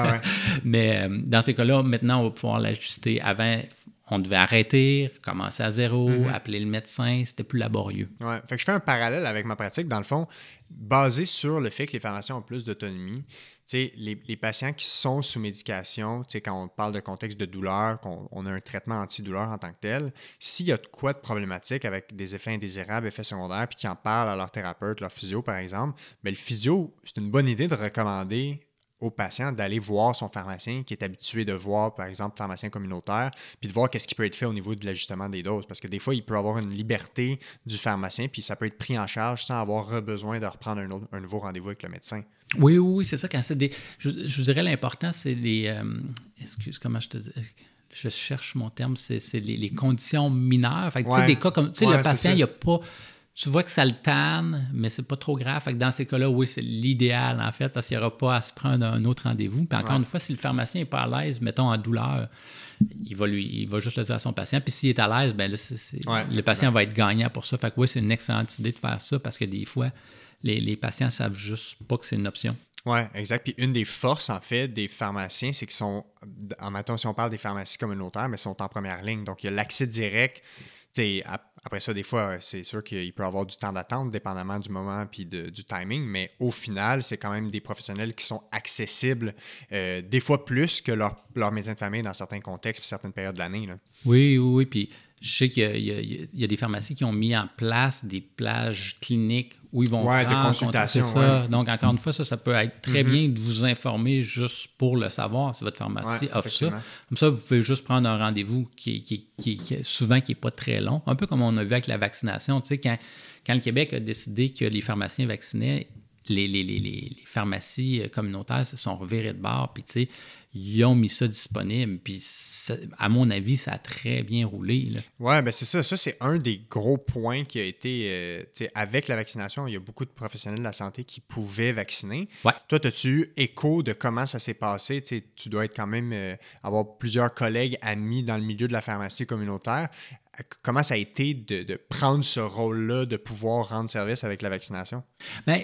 Mais dans ces cas-là, maintenant, on va pouvoir l'ajuster. Avant, on devait arrêter, commencer à zéro, appeler le médecin. C'était plus laborieux. Ouais. Fait que je fais un parallèle avec ma pratique, dans le fond, basé sur le fait que les pharmaciens ont plus d'autonomie. Les patients qui sont sous médication, quand on parle de contexte de douleur, qu'on a un traitement antidouleur en tant que tel, s'il y a de quoi de problématique avec des effets indésirables, effets secondaires, puis qu'ils en parlent à leur thérapeute, leur physio, par exemple, bien, le physio, c'est une bonne idée de recommander au patient d'aller voir son pharmacien qui est habitué de voir, par exemple, pharmacien communautaire, puis de voir qu'est-ce qui peut être fait au niveau de l'ajustement des doses. Parce que des fois, il peut avoir une liberté du pharmacien, puis ça peut être pris en charge sans avoir besoin de reprendre un nouveau rendez-vous avec le médecin. Oui, c'est ça. Quand c'est je dirais l'important, c'est les... comment je te dis... je cherche mon terme, c'est les conditions mineures. Fait que, tu sais, Ouais. des cas comme, tu sais, Ouais, le c'est patient, ça. il n'y a pas... Tu vois que ça le tanne, mais c'est pas trop grave. Fait que dans ces cas-là, oui, c'est l'idéal, en fait, parce qu'il n'y aura pas à se prendre un autre rendez-vous. Puis encore une fois, si le pharmacien n'est pas à l'aise, mettons en douleur, il va juste le dire à son patient. Puis s'il est à l'aise, ben là, le patient va être gagnant pour ça. Fait que oui, c'est une excellente idée de faire ça parce que des fois, les patients ne savent juste pas que c'est une option. Oui, exact. Puis une des forces, en fait, des pharmaciens, c'est qu'ils sont, mettons, si on parle des pharmacies communautaires, mais ils sont en première ligne. Donc, il y a l'accès direct. Après ça, des fois, c'est sûr qu'il peut y avoir du temps d'attente, dépendamment du moment puis du timing, mais au final, c'est quand même des professionnels qui sont accessibles, des fois plus que leur médecin de famille dans certains contextes puis certaines périodes de l'année. Là. Oui. Puis je sais qu'il y a des pharmacies qui ont mis en place des plages cliniques où ils vont de consultation. Ça. Donc, encore une fois, ça peut être très bien de vous informer juste pour le savoir si votre pharmacie offre ça. Comme ça, vous pouvez juste prendre un rendez-vous qui souvent qui n'est pas très long. Un peu comme on a vu avec la vaccination. Tu sais, quand le Québec a décidé que les pharmaciens vaccinaient, les pharmacies communautaires se sont revirées de bord, puis tu sais, ils ont mis ça disponible, puis à mon avis, ça a très bien roulé. Oui, bien c'est ça. Ça, c'est un des gros points qui a été, avec la vaccination, il y a beaucoup de professionnels de la santé qui pouvaient vacciner. Ouais. Toi, as-tu eu écho de comment ça s'est passé? Tu dois être quand même avoir plusieurs collègues, amis dans le milieu de la pharmacie communautaire. Comment ça a été de prendre ce rôle-là, de pouvoir rendre service avec la vaccination? Bien,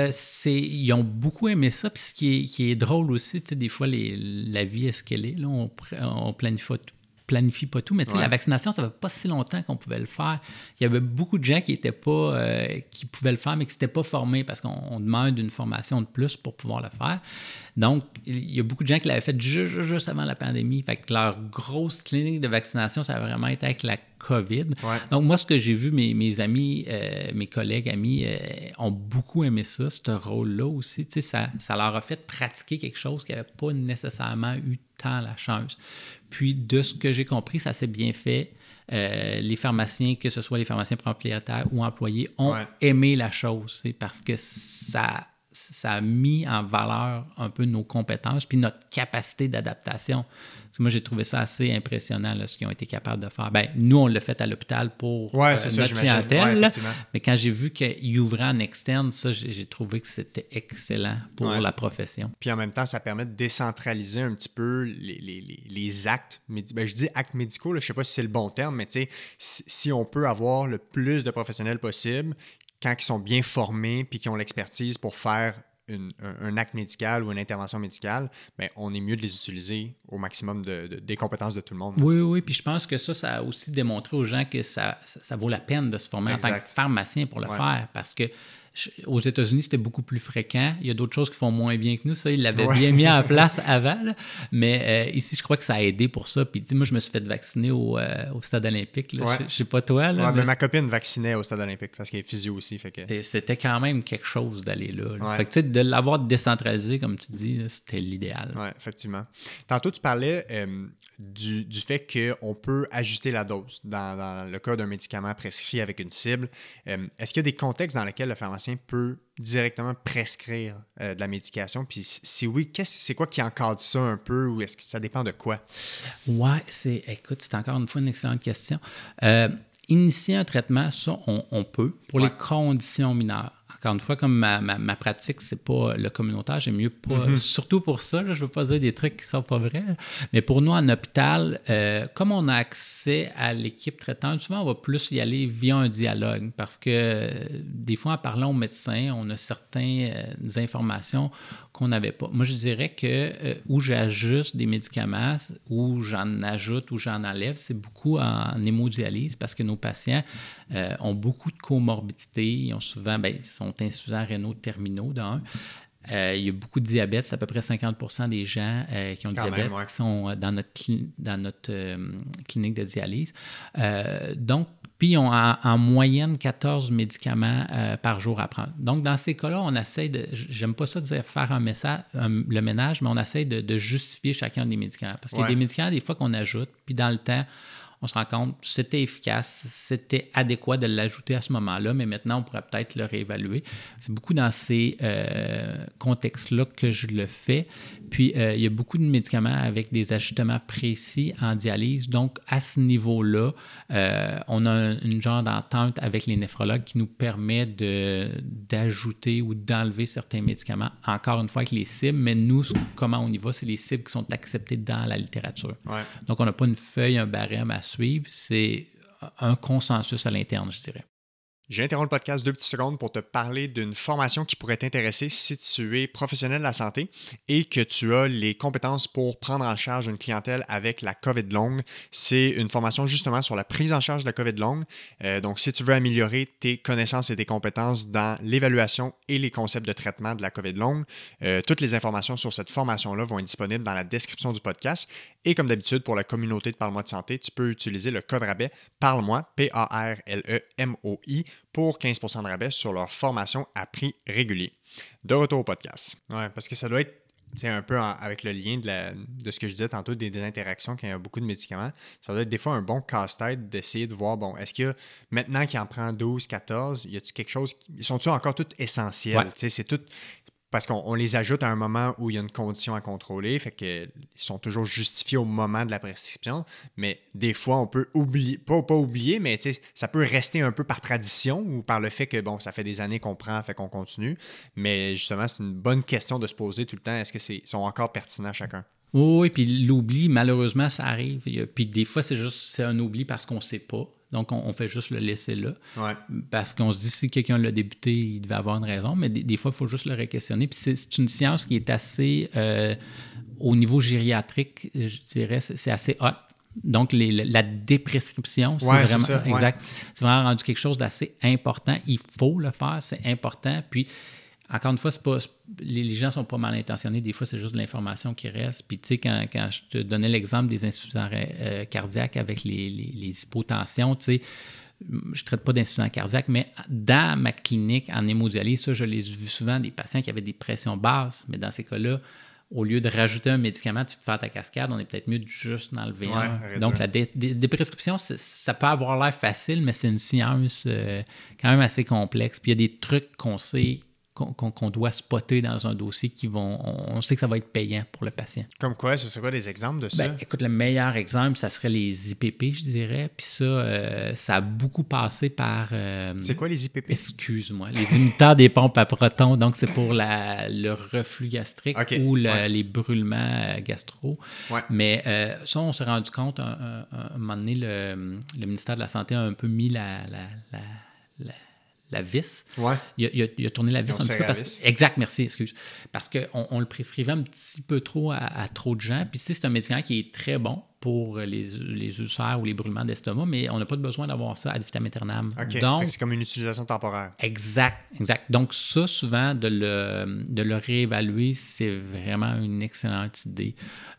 ils ont beaucoup aimé ça. Puis ce qui est drôle aussi, tu sais, des fois, la vie est ce qu'elle est. Là, on planifie pas tout, mais tu sais, la vaccination, ça fait pas si longtemps qu'on pouvait le faire. Il y avait beaucoup de gens qui pouvaient le faire, mais qui s'étaient pas formés parce qu'on demande une formation de plus pour pouvoir le faire. Donc, il y a beaucoup de gens qui l'avaient fait juste avant la pandémie. Fait que leur grosse clinique de vaccination, ça a vraiment été avec la COVID. Ouais. Donc, moi, ce que j'ai vu, mes amis, mes collègues, amis, ont beaucoup aimé ça, ce rôle-là aussi. Tu sais, ça leur a fait pratiquer quelque chose qu'ils n'avaient pas nécessairement eu tant la chance. Puis, de ce que j'ai compris, ça s'est bien fait. Les pharmaciens, que ce soit les pharmaciens propriétaires ou employés, ont aimé la chose, parce que ça a mis en valeur un peu nos compétences puis notre capacité d'adaptation. Parce que moi, j'ai trouvé ça assez impressionnant, là, ce qu'ils ont été capables de faire. Bien, nous, on l'a fait à l'hôpital pour notre clientèle, mais quand j'ai vu qu'ils ouvraient en externe, ça, j'ai trouvé que c'était excellent pour la profession. Puis en même temps, ça permet de décentraliser un petit peu les actes médicaux. Ben, je dis actes médicaux, là, je ne sais pas si c'est le bon terme, mais tu sais, si on peut avoir le plus de professionnels possible, quand ils sont bien formés puis qui ont l'expertise pour faire un acte médical ou une intervention médicale, bien, on est mieux de les utiliser au maximum des compétences de tout le monde. Oui. Puis je pense que ça a aussi démontré aux gens que ça vaut la peine de se former en tant que pharmacien pour le faire. Parce que aux États-Unis, c'était beaucoup plus fréquent. Il y a d'autres choses qui font moins bien que nous. Ça, ils l'avaient bien mis en place avant. Là. Mais ici, je crois que ça a aidé pour ça. Puis, moi, je me suis fait vacciner au Stade olympique. Là. Je sais pas toi. Là, mais ma copine vaccinait au Stade olympique parce qu'elle est physio aussi. Fait que... C'était quand même quelque chose d'aller là. Fait que, de l'avoir décentralisé, comme tu dis, là, c'était l'idéal. Oui, effectivement. Tantôt, tu parlais du fait qu'on peut ajuster la dose dans le cas d'un médicament prescrit avec une cible. Est-ce qu'il y a des contextes dans lesquels le pharmacien peut directement prescrire de la médication? Puis si oui, c'est quoi qui encadre ça un peu ou est-ce que ça dépend de quoi? Oui, écoute, c'est encore une fois une excellente question. Initier un traitement, ça, on peut pour les conditions mineures. Encore une fois, comme ma pratique, c'est pas le communautaire, j'aime mieux pas, surtout pour ça, là, je veux pas dire des trucs qui sont pas vrais, là. Mais pour nous, en hôpital, comme on a accès à l'équipe traitante, souvent, on va plus y aller via un dialogue parce que des fois, en parlant aux médecins, on a certaines informations qu'on n'avait pas. Moi, je dirais que où j'ajuste des médicaments, où j'en ajoute, où j'en enlève, c'est beaucoup en hémodialyse parce que nos patients ont beaucoup de comorbidités, ils ont souvent, ils sont insuffisants rénaux terminaux d'un. Il y a beaucoup de diabète, c'est à peu près 50% des gens qui ont du diabète qui sont dans notre clinique de dialyse. Donc, puis ils ont en moyenne 14 médicaments par jour à prendre. Donc, dans ces cas-là, on essaie de, j'aime pas ça dire faire le ménage, mais on essaie de justifier chacun des médicaments. Parce qu'il y a des médicaments, des fois, qu'on ajoute, puis dans le temps, on se rend compte que c'était efficace, c'était adéquat de l'ajouter à ce moment-là, mais maintenant, on pourrait peut-être le réévaluer. C'est beaucoup dans ces contextes-là que je le fais. Puis, il y a beaucoup de médicaments avec des ajustements précis en dialyse. Donc, à ce niveau-là, on a une genre d'entente avec les néphrologues qui nous permet d'ajouter ou d'enlever certains médicaments, encore une fois avec les cibles, mais nous, comment on y va, c'est les cibles qui sont acceptées dans la littérature. Ouais. Donc, on n'a pas une feuille, un barème à suivre, c'est un consensus à l'interne, je dirais. J'ai interrompu le podcast 2 petites secondes pour te parler d'une formation qui pourrait t'intéresser si tu es professionnel de la santé et que tu as les compétences pour prendre en charge une clientèle avec la COVID longue. C'est une formation justement sur la prise en charge de la COVID longue. Donc, si tu veux améliorer tes connaissances et tes compétences dans l'évaluation et les concepts de traitement de la COVID longue, toutes les informations sur cette formation-là vont être disponibles dans la description du podcast. Et comme d'habitude, pour la communauté de Parle-moi de santé, tu peux utiliser le code rabais Parle-moi, P-A-R-L-E-M-O-I, pour 15% de rabais sur leur formation à prix régulier. De retour au podcast. Ouais, parce que ça doit être un peu avec le lien de ce que je disais tantôt, des interactions quand il y a beaucoup de médicaments. Ça doit être des fois un bon casse-tête d'essayer de voir, bon, est-ce qu'il y a, maintenant qu'il en prend 12, 14, y a-t-il quelque chose, sont-ils encore tous essentiels? Ouais. C'est tout. Parce qu'on les ajoute à un moment où il y a une condition à contrôler, fait qu'ils sont toujours justifiés au moment de la prescription, mais des fois, on peut oublier, pas oublier, mais ça peut rester un peu par tradition ou par le fait que, bon, ça fait des années qu'on prend, fait qu'on continue, mais justement, c'est une bonne question de se poser tout le temps, est-ce qu'ils sont encore pertinents chacun? Oui, puis l'oubli, malheureusement, ça arrive. Puis des fois, c'est un oubli parce qu'on ne sait pas. Donc, on fait juste le laisser là. Ouais. Parce qu'on se dit, si quelqu'un l'a débuté, il devait avoir une raison. Mais des fois, il faut juste le réquestionner. Puis c'est une science qui est assez, au niveau gériatrique, je dirais, c'est assez hot. Donc, la déprescription, c'est vraiment, c'est ça, exact. C'est vraiment rendu quelque chose d'assez important. Il faut le faire, c'est important. Puis, encore une fois, c'est pas, les gens ne sont pas mal intentionnés. Des fois, c'est juste de l'information qui reste. Puis, tu sais, quand je te donnais l'exemple des insuffisants cardiaques avec les hypotensions, tu sais, je ne traite pas d'insuffisance cardiaque, mais dans ma clinique en hémodialyse, ça, je l'ai vu souvent, des patients qui avaient des pressions basses. Mais dans ces cas-là, au lieu de rajouter un médicament, tu te fais ta cascade, on est peut-être mieux de juste enlever un. Donc, la déprescription, ça peut avoir l'air facile, mais c'est une science quand même assez complexe. Puis, il y a des trucs qu'on sait qu'on doit spotter dans un dossier on sait que ça va être payant pour le patient. Comme quoi? Ce serait quoi des exemples de ça? Écoute, le meilleur exemple, ça serait les IPP, je dirais. Puis ça a beaucoup passé par... c'est quoi les IPP? Excuse-moi. Les inhibiteurs des pompes à protons. Donc, c'est pour le reflux gastrique ou les brûlements gastro. Ouais. Mais ça, on s'est rendu compte, un moment donné, le ministère de la Santé a un peu mis la vis. Ouais. Il a tourné la vis un petit peu. Exact, merci, excuse. Parce qu'on le prescrivait un petit peu trop à trop de gens. Puis c'est un médicament qui est très bon pour les ulcères ou les brûlements d'estomac, mais on n'a pas besoin d'avoir ça ad vitam aeternam. OK, donc c'est comme une utilisation temporaire. Exact. Donc ça, souvent, de le réévaluer, c'est vraiment une excellente idée.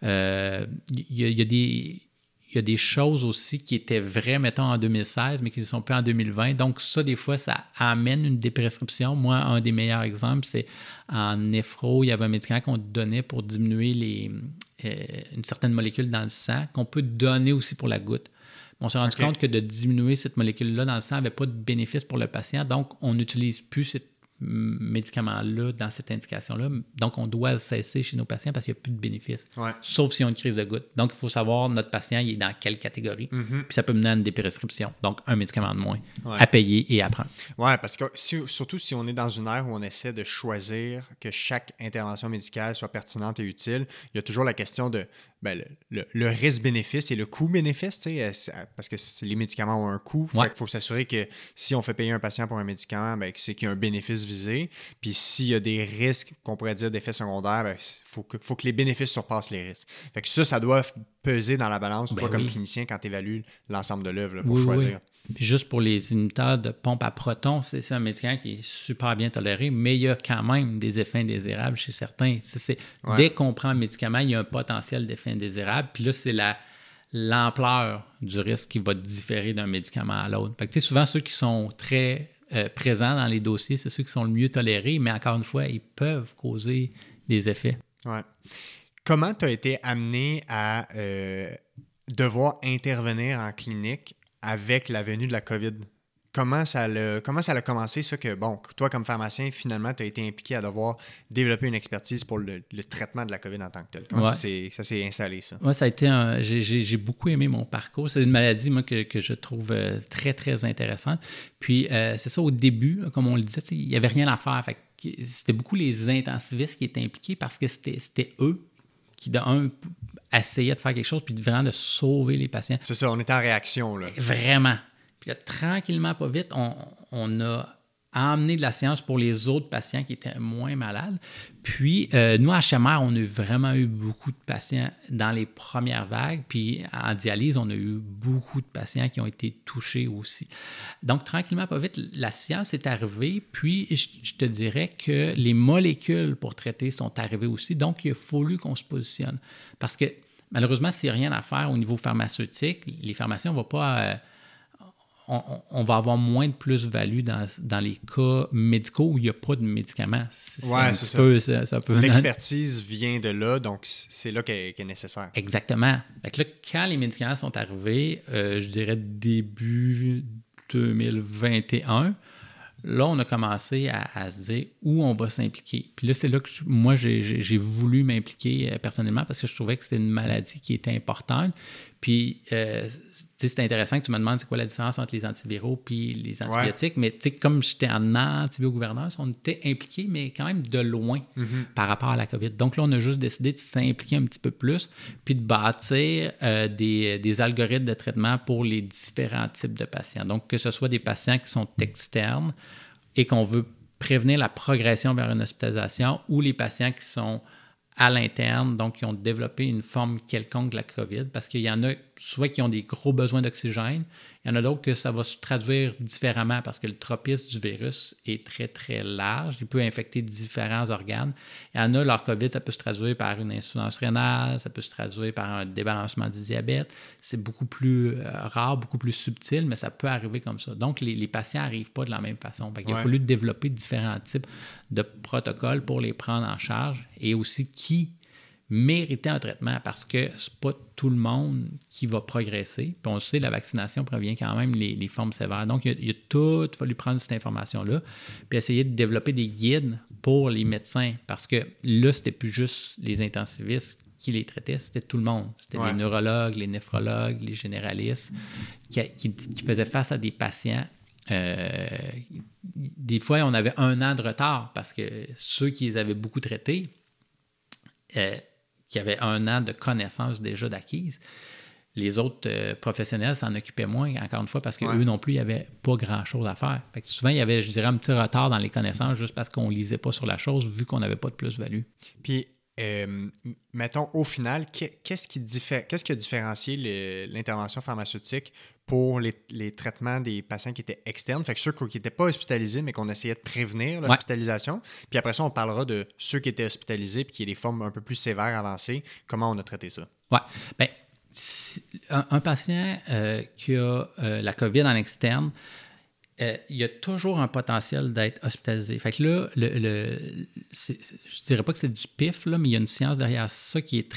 Il y a des choses aussi qui étaient vraies, mettons, en 2016, mais qui ne sont plus en 2020. Donc, ça, des fois, ça amène une déprescription. Moi, un des meilleurs exemples, c'est en néphro, il y avait un médicament qu'on donnait pour diminuer une certaine molécule dans le sang, qu'on peut donner aussi pour la goutte. On s'est rendu compte que de diminuer cette molécule-là dans le sang n'avait pas de bénéfice pour le patient. Donc, on n'utilise plus cette médicament-là dans cette indication-là. Donc, on doit le cesser chez nos patients parce qu'il n'y a plus de bénéfice. Ouais. Sauf s'ils ont une crise de goutte. Donc, il faut savoir notre patient, il est dans quelle catégorie. Mm-hmm. Puis ça peut mener à une déprescription. Donc, un médicament de moins à payer et à prendre. Oui, parce que surtout si on est dans une ère où on essaie de choisir que chaque intervention médicale soit pertinente et utile, il y a toujours la question de le risque-bénéfice et le coût-bénéfice, parce que les médicaments ont un coût. Ouais. Il faut s'assurer que si on fait payer un patient pour un médicament, c'est qu'il y a un bénéfice visé. Puis s'il y a des risques, qu'on pourrait dire d'effets secondaires, faut que les bénéfices surpassent les risques. Fait que ça doit peser dans la balance, toi, comme clinicien, quand tu évalues l'ensemble de l'œuvre pour choisir. Oui. Puis juste pour les inhibiteurs de pompe à protons, c'est un médicament qui est super bien toléré, mais il y a quand même des effets indésirables chez certains. Dès qu'on prend un médicament, il y a un potentiel d'effet indésirable. Puis là, c'est l'ampleur du risque qui va différer d'un médicament à l'autre. Fait que souvent, ceux qui sont très présents dans les dossiers, c'est ceux qui sont le mieux tolérés, mais encore une fois, ils peuvent causer des effets. Ouais. Comment tu as été amené à devoir intervenir en clinique avec la venue de la COVID? Comment ça a commencé, ça, que, bon, toi, comme pharmacien, finalement, tu as été impliqué à devoir développer une expertise pour le traitement de la COVID en tant que tel? Comment ça s'est installé, ça? Oui, ça a été j'ai beaucoup aimé mon parcours. C'est une maladie, moi, que je trouve très, très intéressante. Puis, c'est ça, au début, comme on le disait, il n'y avait rien à faire. Fait que c'était beaucoup les intensivistes qui étaient impliqués parce que c'était eux qui, essayaient de faire quelque chose puis vraiment de sauver les patients. C'est ça, on était en réaction, là. Vraiment. Puis là, tranquillement, pas vite, on a amené de la science pour les autres patients qui étaient moins malades. Puis, nous, à HMR, on a vraiment eu beaucoup de patients dans les premières vagues. Puis, en dialyse, on a eu beaucoup de patients qui ont été touchés aussi. Donc, tranquillement, pas vite, la science est arrivée. Puis, je te dirais que les molécules pour traiter sont arrivées aussi. Donc, il a fallu qu'on se positionne. Parce que, malheureusement, s'il n'y a rien à faire au niveau pharmaceutique, les pharmaciens, on ne va pas... on va avoir moins de plus-value dans les cas médicaux où il n'y a pas de médicaments. C'est ça. L'expertise vient de là, donc c'est là qu'elle est nécessaire. Exactement. Fait que là, quand les médicaments sont arrivés, je dirais début 2021, là, on a commencé à se dire où on va s'impliquer. Puis là, c'est là que moi, j'ai voulu m'impliquer personnellement parce que je trouvais que c'était une maladie qui était importante. Puis, c'est intéressant que tu me demandes c'est quoi la différence entre les antiviraux puis les antibiotiques. Mais comme j'étais en antibiogouvernance, on était impliqués, mais quand même de loin par rapport à la COVID. Donc là, on a juste décidé de s'impliquer un petit peu plus puis de bâtir des algorithmes de traitement pour les différents types de patients. Donc, que ce soit des patients qui sont externes et qu'on veut prévenir la progression vers une hospitalisation ou les patients qui sont à l'interne, donc qui ont développé une forme quelconque de la COVID, parce qu'il y en a soit qui ont des gros besoins d'oxygène, il y en a d'autres que ça va se traduire différemment parce que le tropisme du virus est très, très large. Il peut infecter différents organes. Il y en a, leur COVID, ça peut se traduire par une insuffisance rénale, ça peut se traduire par un débalancement du diabète. C'est beaucoup plus rare, beaucoup plus subtil, mais ça peut arriver comme ça. Donc, les patients n'arrivent pas de la même façon. Il a fallu développer différents types de protocoles pour les prendre en charge et aussi qui mériter un traitement parce que c'est pas tout le monde qui va progresser. Puis on le sait, la vaccination prévient quand même les formes sévères. Donc, il a tout fallu prendre cette information-là puis essayer de développer des guides pour les médecins parce que là, c'était plus juste les intensivistes qui les traitaient, c'était tout le monde. C'était les neurologues, les néphrologues, les généralistes qui faisaient face à des patients. Des fois, on avait 1 an de retard parce que ceux qui les avaient beaucoup traités, qui avaient 1 an de connaissances déjà d'acquises. Les autres professionnels s'en occupaient moins, encore une fois, parce qu'eux non plus, il n'y avait pas grand-chose à faire. Fait que souvent, il y avait, je dirais, un petit retard dans les connaissances juste parce qu'on ne lisait pas sur la chose, vu qu'on n'avait pas de plus-value. Puis, mettons, au final, qu'est-ce qui a différencié l'intervention pharmaceutique pour les traitements des patients qui étaient externes, fait que ceux qui n'étaient pas hospitalisés, mais qu'on essayait de prévenir l'hospitalisation. Puis après ça, on parlera de ceux qui étaient hospitalisés puis qui ont des formes un peu plus sévères, avancées. Comment on a traité ça? Oui. Bien, un patient qui a la COVID en externe, il y a toujours un potentiel d'être hospitalisé. Fait que là, je dirais pas que c'est du pif, là, mais il y a une science derrière ça qui est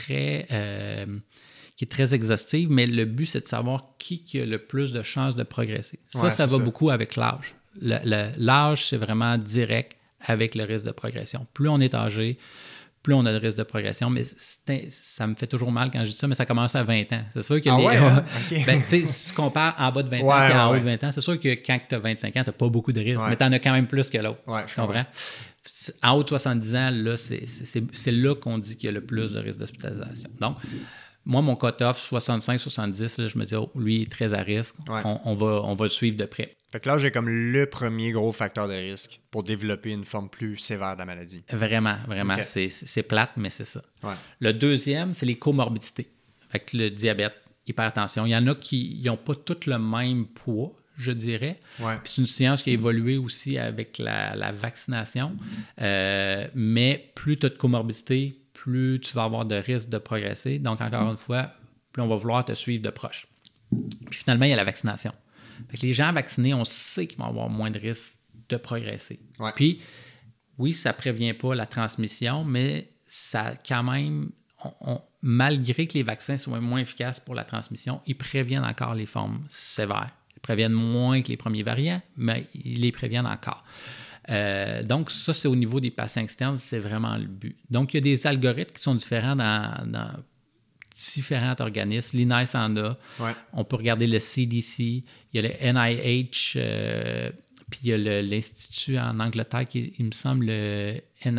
très exhaustive, mais le but, c'est de savoir qui a le plus de chances de progresser. Ça va beaucoup avec l'âge. L'âge, c'est vraiment direct avec le risque de progression. Plus on est âgé, plus on a de risque de progression. Mais ça me fait toujours mal quand je dis ça, mais ça commence à 20 ans. C'est sûr que si tu compares en bas de 20 ans et en haut de 20 ans, c'est sûr que quand tu as 25 ans, tu n'as pas beaucoup de risques, mais tu en as quand même plus que l'autre. Ouais, je comprends? En haut de 70 ans, là, c'est là qu'on dit qu'il y a le plus de risque d'hospitalisation. Donc, moi, mon cut-off, 65-70, je me dis, lui, il est très à risque. On va le suivre de près. Fait que l'âge est comme le premier gros facteur de risque pour développer une forme plus sévère de la maladie. Vraiment. Okay. C'est plate, mais c'est ça. Ouais. Le deuxième, c'est les comorbidités. Fait que le diabète, hypertension. Il y en a qui n'ont pas tous le même poids, je dirais. Ouais. Puis c'est une science qui a évolué aussi avec la vaccination. Mais plus tu as de comorbidités, plus tu vas avoir de risques de progresser. Donc, encore une fois, plus on va vouloir te suivre de proche. Puis finalement, il y a la vaccination. Fait que les gens vaccinés, on sait qu'ils vont avoir moins de risques de progresser. Ouais. Puis, oui, ça ne prévient pas la transmission, mais ça quand même, malgré que les vaccins soient moins efficaces pour la transmission, ils préviennent encore les formes sévères. Ils préviennent moins que les premiers variants, mais ils les préviennent encore. Donc, ça, c'est au niveau des patients externes, c'est vraiment le but. Donc, il y a des algorithmes qui sont différents dans différents organismes. L'INES en a. Ouais. On peut regarder le CDC. Il y a le NIH, puis il y a l'Institut en Angleterre qui, il me semble, le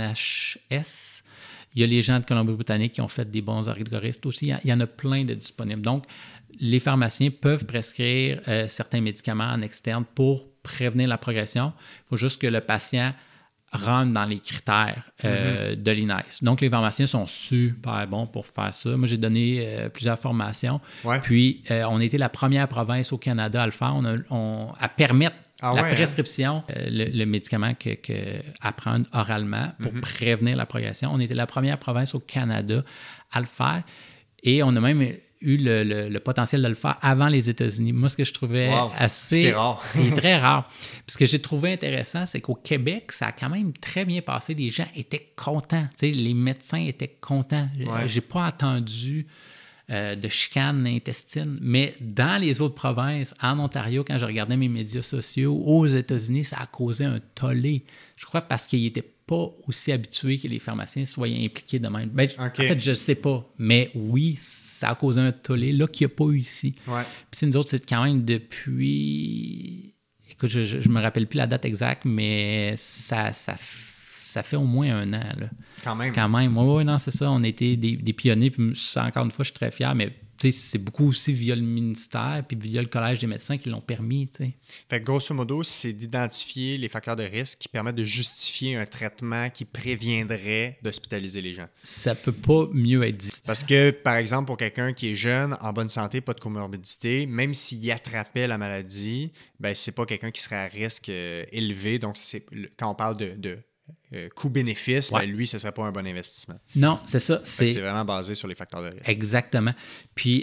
NHS. Il y a les gens de Colombie-Britannique qui ont fait des bons algorithmes aussi. Il y en a plein de disponibles. Donc, les pharmaciens peuvent prescrire certains médicaments en externe pour prévenir la progression. Il faut juste que le patient rentre dans les critères de l'INES. Donc, les pharmaciens sont super bons pour faire ça. Moi, j'ai donné plusieurs formations. Ouais. Puis, on a été la première province au Canada à le faire, à permettre la prescription, le médicament à prendre oralement pour prévenir la progression. On était la première province au Canada à le faire. Et on a même eu le potentiel de le faire avant les États-Unis. Moi, ce que je trouvais assez... C'est rare. C'est très rare. Puis ce que j'ai trouvé intéressant, c'est qu'au Québec, ça a quand même très bien passé. Les gens étaient contents. Tu sais, les médecins étaient contents. Ouais. J'ai pas entendu de chicanes intestines. Mais dans les autres provinces, en Ontario, quand je regardais mes médias sociaux, aux États-Unis, ça a causé un tollé. Je crois parce qu'ils n'étaient pas aussi habitués que les pharmaciens soient impliqués de même. Ben, en fait, je ne sais pas. Mais oui, ça a causé un tollé là qu'il n'y a pas eu ici. Ouais. Puis nous autres, c'est quand même depuis... Écoute, je ne me rappelle plus la date exacte, mais ça fait au moins 1 an. Là. Quand même. Oui, non, c'est ça. On a été des pionniers. Puis ça, encore une fois, je suis très fier, mais c'est beaucoup aussi via le ministère puis via le Collège des médecins qui l'ont permis. T'sais. Fait que grosso modo, c'est d'identifier les facteurs de risque qui permettent de justifier un traitement qui préviendrait d'hospitaliser les gens. Ça peut pas mieux être dit. Parce que, par exemple, pour quelqu'un qui est jeune, en bonne santé, pas de comorbidité, même s'il attrapait la maladie, ben c'est pas quelqu'un qui serait à risque élevé. Donc, quand on parle de coût-bénéfice, ben lui, ce ne serait pas un bon investissement. Non, c'est ça. C'est vraiment basé sur les facteurs de risque. Exactement. Puis,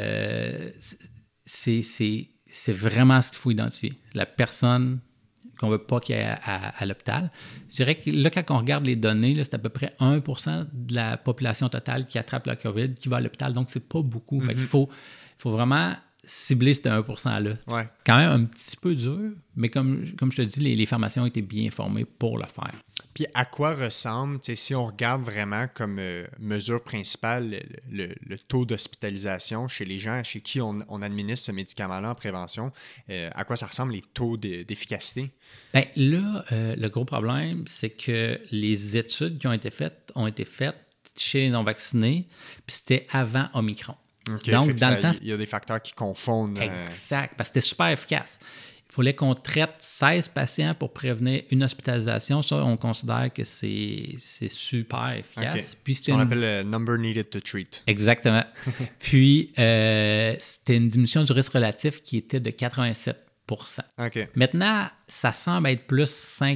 c'est vraiment ce qu'il faut identifier. La personne qu'on ne veut pas qu'il y ait à l'hôpital. Je dirais que là, quand on regarde les données, là, c'est à peu près 1% de la population totale qui attrape la COVID qui va à l'hôpital. Donc, c'est pas beaucoup. Fait qu'il faut vraiment cibler ce 1%-là. Ouais. C'est quand même un petit peu dur, mais comme je te dis, les pharmaciens ont été bien formés pour le faire. Puis à quoi ressemble, si on regarde vraiment comme mesure principale le taux d'hospitalisation chez les gens chez qui on administre ce médicament-là en prévention, à quoi ça ressemble les taux d'efficacité? Bien là, le gros problème, c'est que les études qui ont été faites chez les non-vaccinés, puis c'était avant Omicron. Okay, donc, dans le temps, il y a des facteurs qui confondent. Exact, parce que c'était super efficace. Il fallait qu'on traite 16 patients pour prévenir une hospitalisation. Ça, on considère que c'est super efficace. Okay. Puis c'était ce qu'on appelle le number needed to treat. Exactement. Puis, c'était une diminution du risque relatif qui était de 87 Okay. Maintenant, ça semble être plus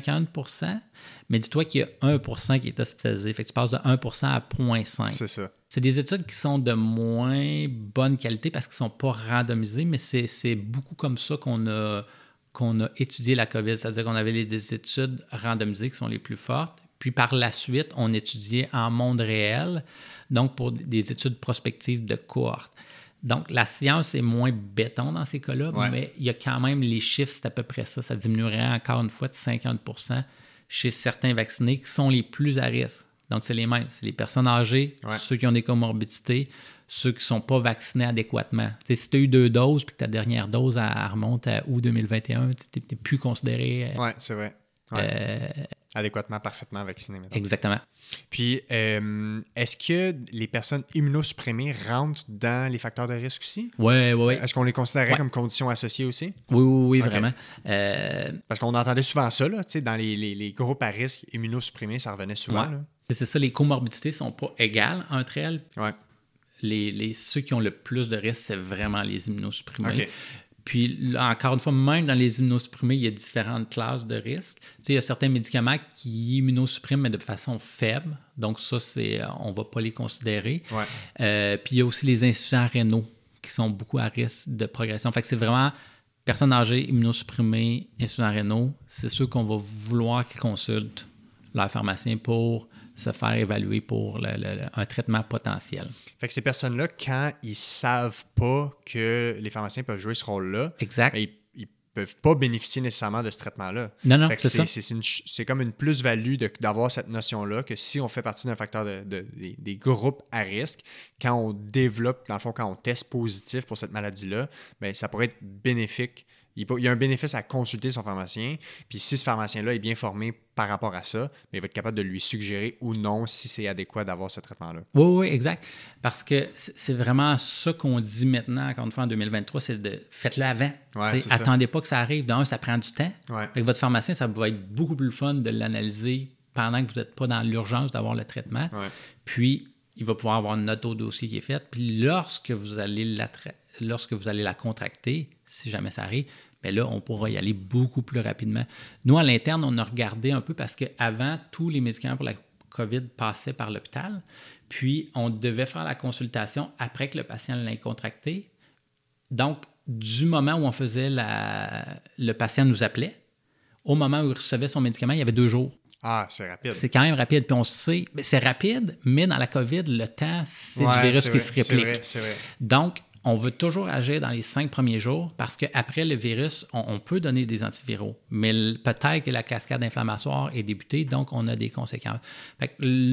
50 mais dis-toi qu'il y a 1 qui est hospitalisé. Fait que tu passes de 1 à 0,5. C'est ça. C'est des études qui sont de moins bonne qualité parce qu'ils ne sont pas randomisés, mais c'est beaucoup comme ça qu'on a étudié la COVID. C'est-à-dire qu'on avait des études randomisées qui sont les plus fortes. Puis par la suite, on étudiait en monde réel, donc pour des études prospectives de cohorte. Donc, la science est moins béton dans ces cas-là, mais il y a quand même les chiffres, c'est à peu près ça. Ça diminuerait encore une fois de 50% chez certains vaccinés qui sont les plus à risque. Donc, c'est les mêmes. C'est les personnes âgées, ceux qui ont des comorbidités, ceux qui ne sont pas vaccinés adéquatement. T'sais, si tu as eu 2 doses puis que ta dernière dose elle remonte à août 2021, tu n'es plus considéré... Oui, c'est vrai. Adéquatement, parfaitement vacciné. Maintenant. Exactement. Puis, est-ce que les personnes immunosupprimées rentrent dans les facteurs de risque aussi? Oui. Est-ce qu'on les considérait comme conditions associées aussi? Oui, okay. Vraiment. Parce qu'on entendait souvent ça, là, dans les groupes à risque immunosupprimés, ça revenait souvent. Là. C'est ça, les comorbidités ne sont pas égales entre elles. Ouais. Ceux qui ont le plus de risques, c'est vraiment les immunosupprimés. Okay. Puis, là, encore une fois, même dans les immunosupprimés, il y a différentes classes de risques. Il y a certains médicaments qui immunosuppriment, mais de façon faible. Donc, ça, on ne va pas les considérer. Ouais. Puis, il y a aussi les insuffisants rénaux qui sont beaucoup à risque de progression. Fait que c'est vraiment personnes âgées, immunosupprimées, insuffisants rénaux. C'est ceux qu'on va vouloir qu'ils consultent leur pharmacien pour se faire évaluer pour un traitement potentiel. Fait que ces personnes-là, quand ils savent pas que les pharmaciens peuvent jouer ce rôle-là, exact. Ils peuvent pas bénéficier nécessairement de ce traitement-là. Non, fait que c'est ça. C'est comme une plus-value d'avoir cette notion-là que si on fait partie d'un facteur des groupes à risque, quand on développe, dans le fond, quand on teste positif pour cette maladie-là, bien, ça pourrait être bénéfique. Il y a un bénéfice à consulter son pharmacien. Puis si ce pharmacien-là est bien formé par rapport à ça, bien, il va être capable de lui suggérer ou non si c'est adéquat d'avoir ce traitement-là. Oui, exact. Parce que c'est vraiment ça qu'on dit maintenant, encore une fois, en 2023, c'est de faites-le avant. Ouais, attendez pas que ça arrive. D'un, ça prend du temps. Ouais. Avec votre pharmacien, ça va être beaucoup plus fun de l'analyser pendant que vous n'êtes pas dans l'urgence d'avoir le traitement. Ouais. Puis, il va pouvoir avoir une note au dossier qui est faite. Puis, lorsque vous allez la contracter, si jamais ça arrive, bien là, on pourra y aller beaucoup plus rapidement. Nous, à l'interne, on a regardé un peu parce qu'avant, tous les médicaments pour la COVID passaient par l'hôpital. Puis, on devait faire la consultation après que le patient l'ait contracté. Donc, du moment où on faisait le patient nous appelait, au moment où il recevait son médicament, il y avait 2 jours. Ah, c'est rapide. C'est quand même rapide. Puis on sait, c'est rapide, mais dans la COVID, le temps, c'est du virus qui se réplique. C'est vrai. Donc, on veut toujours agir dans les 5 premiers jours parce qu'après le virus, on peut donner des antiviraux, mais peut-être que la cascade inflammatoire est débutée, donc on a des conséquences. Fait que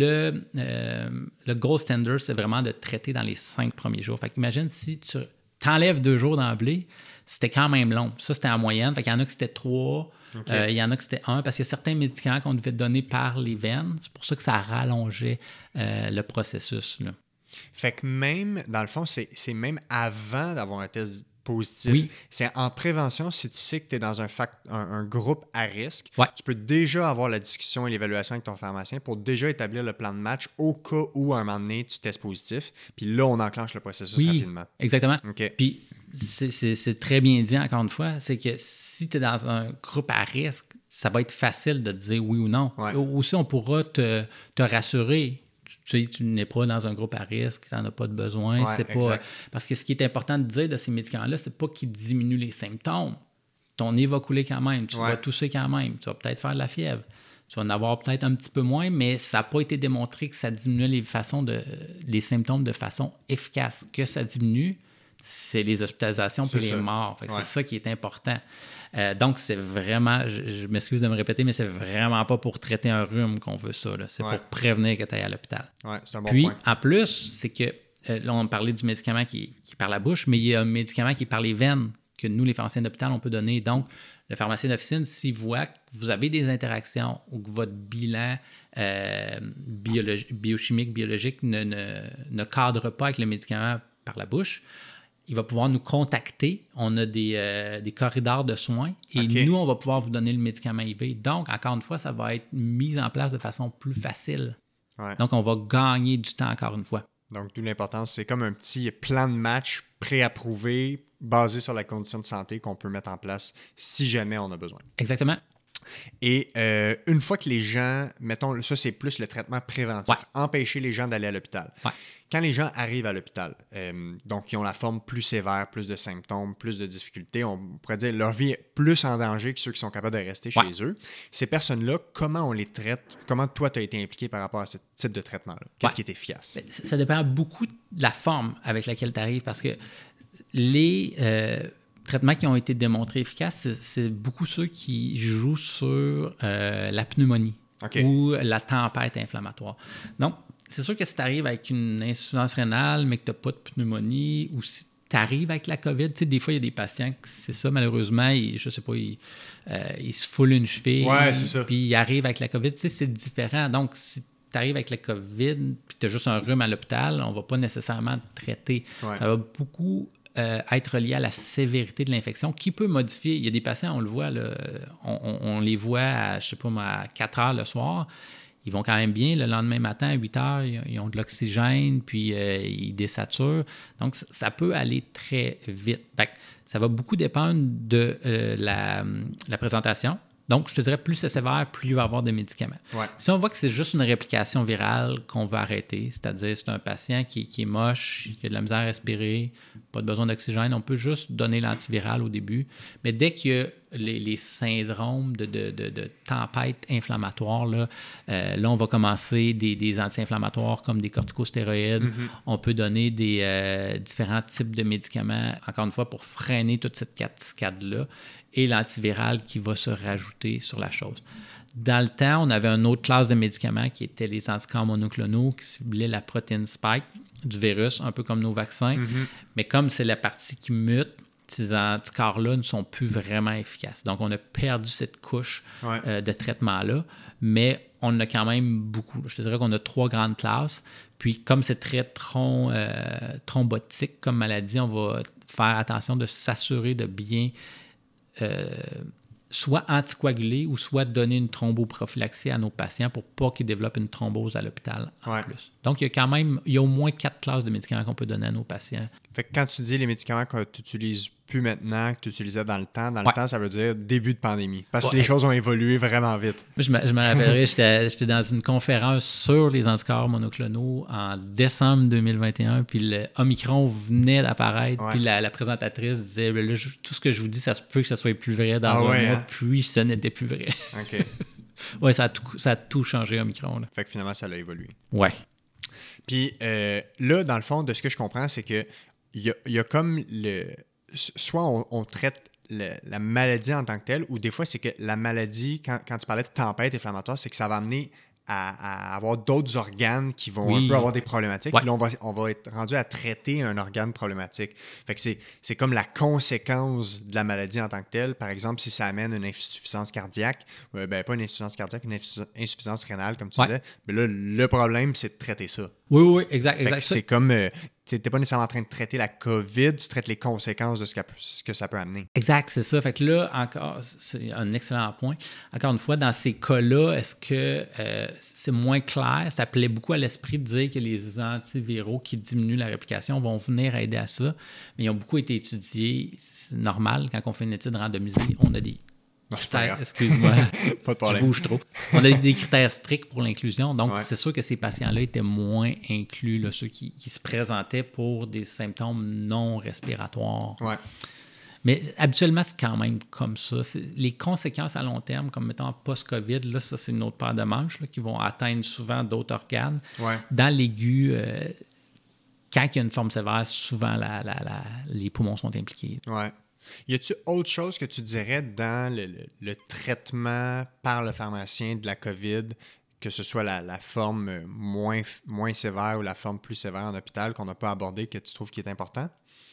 le gold standard, c'est vraiment de traiter dans les 5 premiers jours. Fait qu'imagine si tu t'enlèves 2 jours d'emblée, c'était quand même long. Ça, c'était en moyenne. Fait qu'il y en a que c'était 3, il y en a que c'était 1, parce qu'il y a certains médicaments qu'on devait donner par les veines. C'est pour ça que ça rallongeait le processus, là. Fait que même, dans le fond, c'est même avant d'avoir un test positif. Oui. C'est en prévention, si tu sais que tu es dans un groupe à risque, Ouais. tu peux déjà avoir la discussion et l'évaluation avec ton pharmacien pour déjà établir le plan de match au cas où, à un moment donné, tu testes positif. Puis là, on enclenche le processus rapidement. Exactement. OK. Puis c'est très bien dit, encore une fois, c'est que si tu es dans un groupe à risque, ça va être facile de te dire oui ou non. Ouais. Aussi, on pourra te rassurer. Tu sais, tu n'es pas dans un groupe à risque, tu n'en as pas de besoin. Ouais, c'est pas, exact. parce que ce qui est important de dire de ces médicaments-là, c'est pas qu'ils diminuent les symptômes. Ton nez va couler quand même, tu vas tousser quand même, tu vas peut-être faire de la fièvre. Tu vas en avoir peut-être un petit peu moins, mais ça n'a pas été démontré que ça diminue les symptômes de façon efficace. Que ça diminue, c'est les hospitalisations puis les morts. Fait que c'est ça qui est important. Donc, c'est vraiment, je m'excuse de me répéter, mais c'est vraiment pas pour traiter un rhume qu'on veut ça. Là. C'est pour prévenir que tu ailles à l'hôpital. Ouais, c'est un bon puis, point. en plus, c'est que là, on parlait du médicament qui est par la bouche, mais il y a un médicament qui est par les veines que nous, les pharmaciens d'hôpital, on peut donner. Donc, le pharmacien d'officine, s'il voit que vous avez des interactions ou que votre bilan biochimique, biologique ne cadre pas avec le médicament par la bouche, il va pouvoir nous contacter. On a des corridors de soins et nous, on va pouvoir vous donner le médicament IV. Donc, encore une fois, ça va être mis en place de façon plus facile. Ouais. Donc, on va gagner du temps encore une fois. Donc, d'où l'importance, c'est comme un petit plan de match préapprouvé basé sur la condition de santé qu'on peut mettre en place si jamais on a besoin. Exactement. Et une fois que les gens, mettons, ça c'est plus le traitement préventif, empêcher les gens d'aller à l'hôpital. Ouais. Quand les gens arrivent à l'hôpital, donc ils ont la forme plus sévère, plus de symptômes, plus de difficultés, on pourrait dire leur vie est plus en danger que ceux qui sont capables de rester chez eux. Ces personnes-là, comment on les traite? Comment toi tu as été impliqué par rapport à ce type de traitement-là? Qu'est-ce qui est efficace? Ça dépend beaucoup de la forme avec laquelle tu arrives parce que les traitements qui ont été démontrés efficaces, c'est beaucoup ceux qui jouent sur la pneumonie ou la tempête inflammatoire. Donc, c'est sûr que si tu arrives avec une insuffisance rénale, mais que tu n'as pas de pneumonie, ou si tu arrives avec la COVID, tu sais, des fois, il y a des patients que c'est ça, malheureusement, je sais pas, ils se foulent une cheville, puis ils arrivent avec la COVID, tu sais, c'est différent. Donc, si tu arrives avec la COVID, puis tu as juste un rhume à l'hôpital, on ne va pas nécessairement te traiter. Ouais. Ça va beaucoup être lié à la sévérité de l'infection qui peut modifier. Il y a des patients, on le voit, là, on les voit à, je sais pas, à 4 heures le soir. Ils vont quand même bien. Le lendemain matin, à 8 heures, ils ont de l'oxygène, puis ils désaturent. Donc, ça peut aller très vite. Fait que ça va beaucoup dépendre de la présentation. Donc, je te dirais, plus c'est sévère, plus il va y avoir des médicaments. Ouais. Si on voit que c'est juste une réplication virale qu'on veut arrêter, c'est-à-dire c'est un patient qui est moche, qui a de la misère à respirer, pas de besoin d'oxygène, on peut juste donner l'antiviral au début. Mais dès qu'il y a les syndromes de tempête inflammatoire, là, on va commencer des anti-inflammatoires comme des corticostéroïdes. On peut donner des différents types de médicaments, encore une fois, pour freiner toute cette cascade-là, et l'antiviral qui va se rajouter sur la chose. Dans le temps, on avait une autre classe de médicaments qui étaient les anticorps monoclonaux qui ciblaient la protéine spike du virus, un peu comme nos vaccins. Mais comme c'est la partie qui mute, ces anticorps-là ne sont plus vraiment efficaces. Donc, on a perdu cette couche de traitement-là, mais on a quand même beaucoup. Je te dirais qu'on a 3 grandes classes. Puis, comme c'est très thrombotique comme maladie, on va faire attention de s'assurer de bien soit anticoaguler ou soit donner une thromboprophylaxie à nos patients pour pas qu'ils développent une thrombose à l'hôpital en plus. Donc, il y a au moins 4 classes de médicaments qu'on peut donner à nos patients. Fait que quand tu dis les médicaments que tu n'utilises plus maintenant, que tu utilisais dans le temps, ça veut dire début de pandémie. Parce que les choses ont évolué vraiment vite. Je me rappellerai, j'étais dans une conférence sur les anticorps monoclonaux en décembre 2021, puis le Omicron venait d'apparaître, puis la présentatrice disait là, tout ce que je vous dis, ça se peut que ça soit plus vrai dans un mois, puis ce n'était plus vrai. OK. Oui, ça a tout changé, Omicron. Là. Fait que finalement, ça a évolué. Ouais. Puis là, dans le fond, de ce que je comprends, c'est que il y a comme soit on traite la maladie en tant que telle, ou des fois, c'est que la maladie, quand tu parlais de tempête inflammatoire, c'est que ça va amener à avoir d'autres organes qui vont un peu avoir des problématiques. Puis là, on va être rendu à traiter un organe problématique. Fait que c'est comme la conséquence de la maladie en tant que telle. Par exemple, si ça amène une insuffisance cardiaque, pas une insuffisance cardiaque, une insuffisance rénale, comme tu disais, mais là, le problème, c'est de traiter ça. Oui, exact. C'est comme... tu n'es pas nécessairement en train de traiter la COVID, tu traites les conséquences de ce que ça peut amener. Exact, c'est ça. Fait que là, encore, c'est un excellent point. Encore une fois, dans ces cas-là, est-ce que c'est moins clair? Ça plaît beaucoup à l'esprit de dire que les antiviraux qui diminuent la réplication vont venir aider à ça, mais ils ont beaucoup été étudiés. C'est normal, quand on fait une étude randomisée, on a des... Non, c'est pas grave. Excuse-moi, pas de problème. Je bouge trop. On a des critères stricts pour l'inclusion, donc c'est sûr que ces patients-là étaient moins inclus, là, ceux qui se présentaient pour des symptômes non respiratoires. Ouais. Mais habituellement, c'est quand même comme ça. Les conséquences à long terme, comme mettons post-COVID, là, ça c'est une autre paire de manches là, qui vont atteindre souvent d'autres organes. Ouais. Dans l'aigu, quand il y a une forme sévère, souvent les poumons sont impliqués. Ouais. Y a-t-il autre chose que tu dirais dans le traitement par le pharmacien de la COVID, que ce soit la forme moins sévère ou la forme plus sévère en hôpital qu'on n'a pas abordé, que tu trouves qui est important?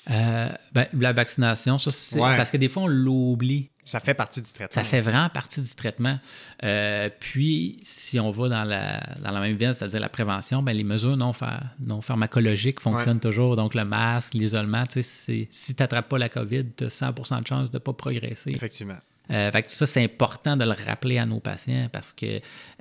La vaccination, ça, c'est parce que des fois, on l'oublie. Ça fait partie du traitement. Ça fait vraiment partie du traitement. Puis, si on va dans la même veine, c'est-à-dire la prévention, les mesures non pharmacologiques fonctionnent toujours. Donc, le masque, l'isolement, si tu n'attrapes pas la COVID, tu as 100% de chance de ne pas progresser. Effectivement. Fait que ça, c'est important de le rappeler à nos patients parce que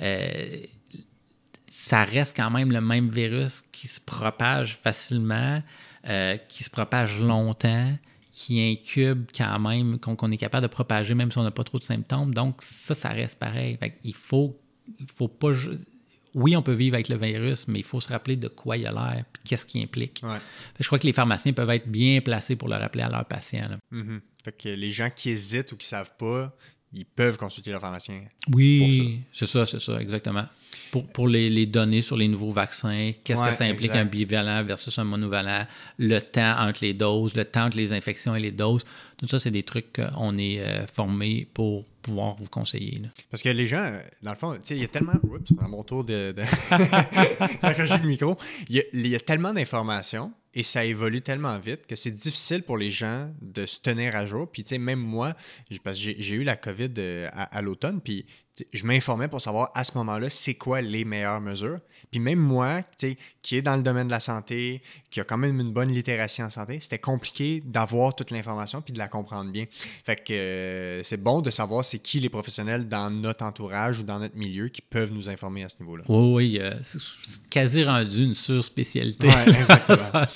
ça reste quand même le même virus qui se propage facilement, qui se propage longtemps, qui incube quand même, qu'on est capable de propager même si on n'a pas trop de symptômes. Donc, ça reste pareil. Fait qu'il faut pas... Oui, on peut vivre avec le virus, mais il faut se rappeler de quoi il a l'air et qu'est-ce qu'il implique. Ouais. Je crois que les pharmaciens peuvent être bien placés pour le rappeler à leurs patients. Là. Mm-hmm. Fait que les gens qui hésitent ou qui ne savent pas, ils peuvent consulter leur pharmacien. Oui, c'est ça, exactement. Pour les données sur les nouveaux vaccins, qu'est-ce que ça implique un bivalent versus un monovalent, le temps entre les doses, le temps entre les infections et les doses. Tout ça, c'est des trucs qu'on est formés pour pouvoir vous conseiller. Là. Parce que les gens, dans le fond, il y a tellement... Oups, à mon tour d'accrocher le micro. Il y a tellement d'informations et ça évolue tellement vite que c'est difficile pour les gens de se tenir à jour. Puis, même moi, parce que j'ai eu la COVID à l'automne, puis je m'informais pour savoir à ce moment-là c'est quoi les meilleures mesures. Puis même moi, qui est dans le domaine de la santé, qui a quand même une bonne littératie en santé, c'était compliqué d'avoir toute l'information puis de la comprendre bien. Fait que c'est bon de savoir c'est qui les professionnels dans notre entourage ou dans notre milieu qui peuvent nous informer à ce niveau-là. Oui, c'est quasi rendu une surspécialité. Oui, exactement.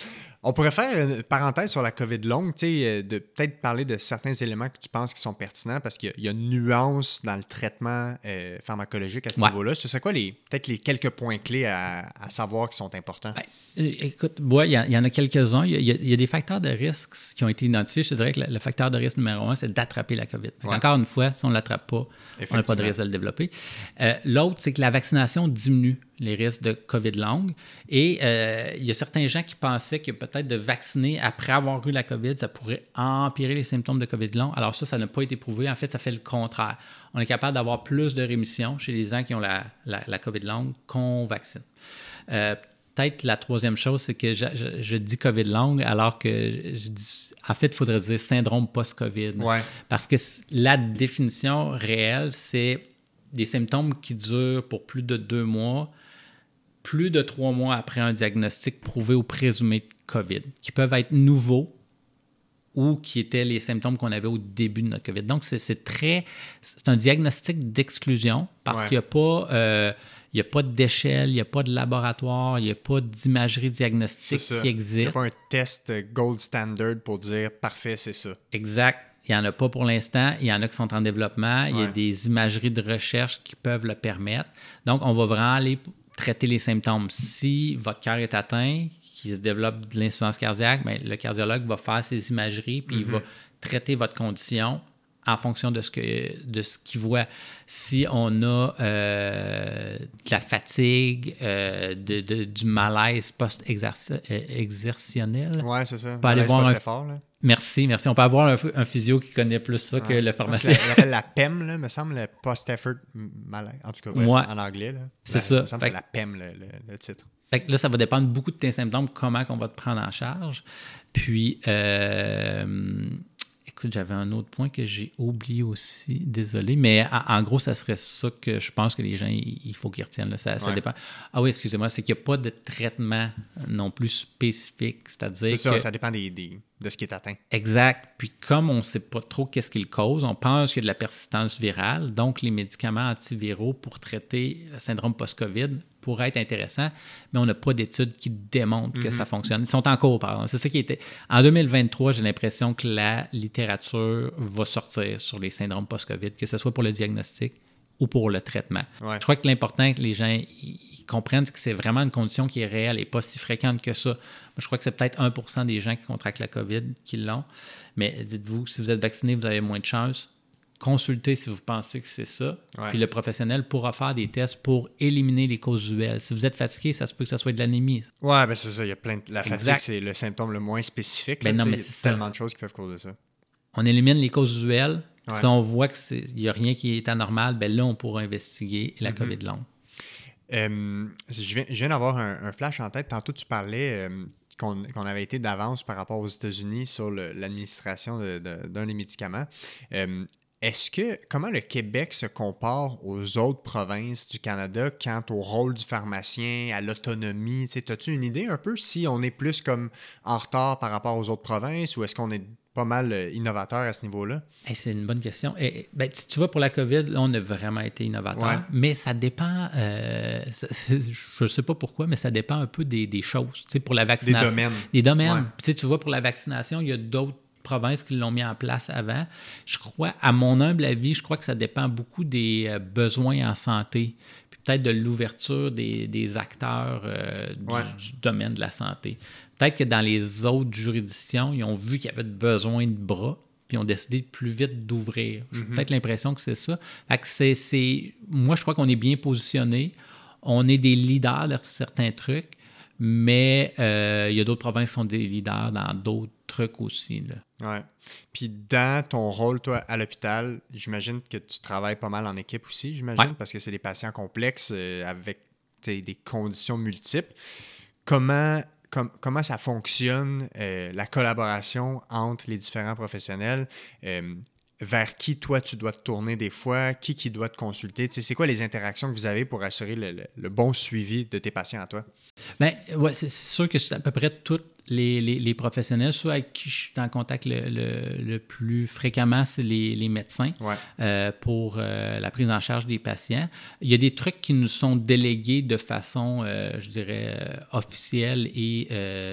On pourrait faire une parenthèse sur la COVID longue, de peut-être parler de certains éléments que tu penses qui sont pertinents parce qu'il y a une nuance dans le traitement pharmacologique à ce niveau-là. Ce serait quoi peut-être les quelques points clés à savoir qui sont importants? Écoute, il y en a quelques-uns. Il y a des facteurs de risque qui ont été identifiés. Je te dirais que le facteur de risque numéro 1, c'est d'attraper la COVID. Encore une fois, si on ne l'attrape pas, on n'a pas de risque de le développer. L'autre, c'est que la vaccination diminue les risques de COVID longue. Et il y a certains gens qui pensaient que peut-être de vacciner après avoir eu la COVID, ça pourrait empirer les symptômes de COVID long. Alors ça n'a pas été prouvé. En fait, ça fait le contraire. On est capable d'avoir plus de rémission chez les gens qui ont la COVID longue qu'on vaccine. Peut-être la troisième chose, c'est que je dis COVID longue alors que je dis, en fait, il faudrait dire syndrome post-COVID. Ouais. Parce que la définition réelle, c'est des symptômes qui durent pour plus de 2 mois, plus de 3 mois après un diagnostic prouvé ou présumé de COVID, qui peuvent être nouveaux ou qui étaient les symptômes qu'on avait au début de notre COVID. Donc, c'est un diagnostic d'exclusion parce qu'il n'y a pas... il n'y a pas d'échelle, il n'y a pas de laboratoire, il n'y a pas d'imagerie diagnostique qui existe. Il n'y a pas un test gold standard pour dire « parfait, c'est ça ». Exact. Il n'y en a pas pour l'instant. Il y en a qui sont en développement. Il y a des imageries de recherche qui peuvent le permettre. Donc, on va vraiment aller traiter les symptômes. Si votre cœur est atteint, qu'il se développe de l'insuffisance cardiaque, bien, le cardiologue va faire ses imageries puis il va traiter votre condition en fonction de ce qu'il voit. Si on a de la fatigue, du malaise post-exertionnel. Oui, c'est ça. Malaise post-effort, là. Merci. On peut avoir un physio qui connaît plus ça que le pharmacien. On appelle la PEM, là, me semble, le post-effort malaise. En tout cas, bref, en anglais. Là. C'est ça. Me semble que c'est la PEM, le titre. Fait que là, ça va dépendre beaucoup de tes symptômes, comment on va te prendre en charge. Puis... Écoute, j'avais un autre point que j'ai oublié aussi, désolé, mais en gros, ça serait ça que je pense que les gens, il faut qu'ils retiennent. Là. Ça dépend. Ah oui, excusez-moi, c'est qu'il n'y a pas de traitement non plus spécifique, c'est-à-dire c'est ça, ça dépend de ce qui est atteint. Exact. Puis comme on ne sait pas trop qu'est-ce qui le cause, on pense qu'il y a de la persistance virale, donc les médicaments antiviraux pour traiter le syndrome post-COVID pourraient être intéressants, mais on n'a pas d'études qui démontrent que ça fonctionne. Ils sont en cours, par exemple. C'est ça qui était... En 2023, j'ai l'impression que la littérature va sortir sur les syndromes post-COVID, que ce soit pour le diagnostic ou pour le traitement. Ouais. Je crois que l'important que les gens ils comprennent que c'est vraiment une condition qui est réelle et pas si fréquente que ça. Moi, je crois que c'est peut-être 1% des gens qui contractent la COVID qui l'ont, mais dites-vous, si vous êtes vacciné, vous avez moins de chances. Consultez si vous pensez que c'est ça. Ouais. Puis le professionnel pourra faire des tests pour éliminer les causes usuelles. Si vous êtes fatigué, ça se peut que ça soit de l'anémie. Oui, ben c'est ça. Il y a plein la fatigue, c'est le symptôme le moins spécifique. Ben là, non, mais il y a c'est tellement de choses qui peuvent causer ça. On élimine les causes usuelles. Ouais. Si on voit qu'il n'y a rien qui est anormal, ben là, on pourra investiguer la COVID longue. Je viens d'avoir un flash en tête. Tantôt, tu parlais qu'on avait été d'avance par rapport aux États-Unis sur l'administration d'un des médicaments. Comment le Québec se compare aux autres provinces du Canada quant au rôle du pharmacien, à l'autonomie? As-tu une idée un peu si on est plus comme en retard par rapport aux autres provinces ou est-ce qu'on est pas mal innovateur à ce niveau-là? C'est une bonne question. Si tu vois, pour la COVID, là, on a vraiment été innovateur, mais ça dépend, je ne sais pas pourquoi, mais ça dépend un peu des choses. Pour la vaccination. Des domaines. Ouais. Tu vois, pour la vaccination, il y a d'autres provinces qui l'ont mis en place avant. Je crois, à mon humble avis, je crois que ça dépend beaucoup des besoins en santé, puis peut-être de l'ouverture des acteurs du domaine de la santé. Peut-être que dans les autres juridictions, ils ont vu qu'il y avait besoin de bras, puis ils ont décidé plus vite d'ouvrir. J'ai peut-être l'impression que c'est ça. Fait que moi, je crois qu'on est bien positionné. On est des leaders dans certains trucs, mais il y a d'autres provinces qui sont des leaders dans d'autres trucs aussi. Oui. Puis dans ton rôle, toi, à l'hôpital, j'imagine que tu travailles pas mal en équipe aussi, j'imagine, parce que c'est des patients complexes avec des conditions multiples. Comment ça fonctionne, la collaboration entre les différents professionnels? Vers qui, toi, tu dois te tourner des fois? Qui doit te consulter? C'est quoi les interactions que vous avez pour assurer le bon suivi de tes patients à toi? Bien, c'est sûr que c'est à peu près toute les professionnels, ceux avec qui je suis en contact le plus fréquemment, c'est les médecins pour la prise en charge des patients. Il y a des trucs qui nous sont délégués de façon, je dirais, officielle et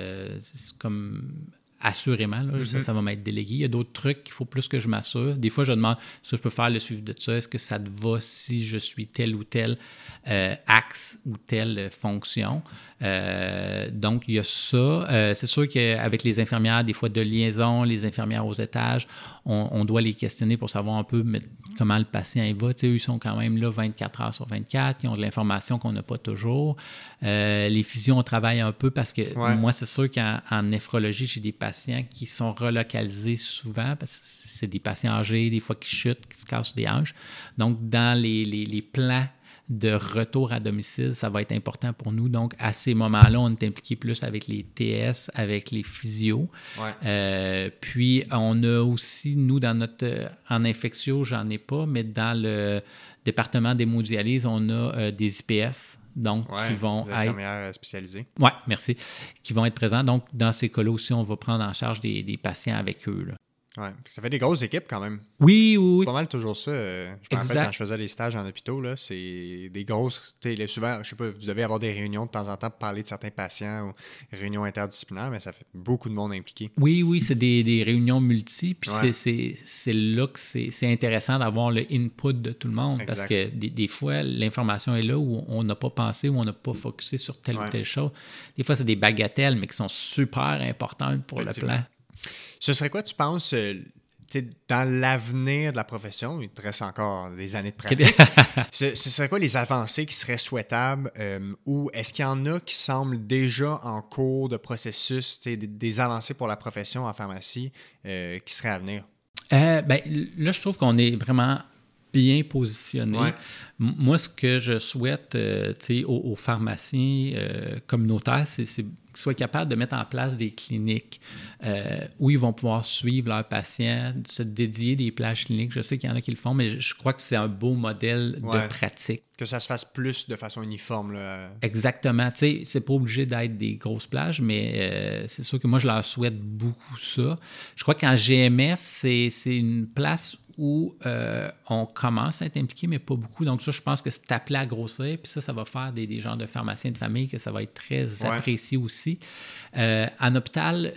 comme assurément, là, ça va m'être délégué. Il y a d'autres trucs qu'il faut plus que je m'assure. Des fois, je demande si je peux faire le suivi de ça. Est-ce que ça te va si je suis tel ou tel axe ou telle fonction? Donc, il y a ça. C'est sûr qu'avec les infirmières, des fois de liaison, les infirmières aux étages, on doit les questionner pour savoir un peu comment le patient il va. Eux, ils sont quand même là 24 heures sur 24. Ils ont de l'information qu'on n'a pas toujours. Les physios, on travaille un peu parce que moi, c'est sûr qu'en néphrologie, j'ai des patients qui sont relocalisés souvent parce que c'est des patients âgés, des fois qui chutent, qui se cassent des hanches. Donc, dans les plans de retour à domicile, ça va être important pour nous. Donc, à ces moments-là, on est impliqué plus avec les TS, avec les physios. Puis, on a aussi, nous, en infectio, j'en ai pas, mais dans le département d'hémodialyse, on a des IPS. Donc, qui vont être infirmières spécialisées. Oui, merci. Qui vont être présents. Donc, dans ces cas-là aussi, on va prendre en charge des patients avec eux, là. Ouais. Ça fait des grosses équipes quand même. Oui. C'est pas mal toujours ça. Je me rappelle quand je faisais les stages en hôpitaux, là, c'est des grosses. Souvent, je sais pas, vous devez avoir des réunions de temps en temps pour parler de certains patients ou réunions interdisciplinaires, mais ça fait beaucoup de monde impliqué. Oui, c'est des réunions multi. Puis c'est là que c'est intéressant d'avoir le input de tout le monde. Exact. Parce que des fois, l'information est là où on n'a pas pensé, où on n'a pas focusé sur telle ou telle chose. Des fois, c'est des bagatelles, mais qui sont super importantes pour le plan. Ce serait quoi, tu penses, dans l'avenir de la profession, il te reste encore des années de pratique, ce serait quoi les avancées qui seraient souhaitables ou est-ce qu'il y en a qui semblent déjà en cours de processus, des avancées pour la profession en pharmacie qui seraient à venir? Là, je trouve qu'on est vraiment bien positionné. Moi, ce que je souhaite aux pharmaciens communautaires, c'est qu'ils soient capables de mettre en place des cliniques où ils vont pouvoir suivre leurs patients, se dédier des plages cliniques. Je sais qu'il y en a qui le font, mais je crois que c'est un beau modèle de pratique. Que ça se fasse plus de façon uniforme. Là. Exactement. C'est pas obligé d'être des grosses plages, mais c'est sûr que moi, je leur souhaite beaucoup ça. Je crois qu'en GMF, c'est une place où on commence à être impliqué, mais pas beaucoup. Donc ça, je pense que c'est appelé à grossir. Puis ça va faire des genres de pharmaciens de famille que ça va être très apprécié aussi. En hôpital,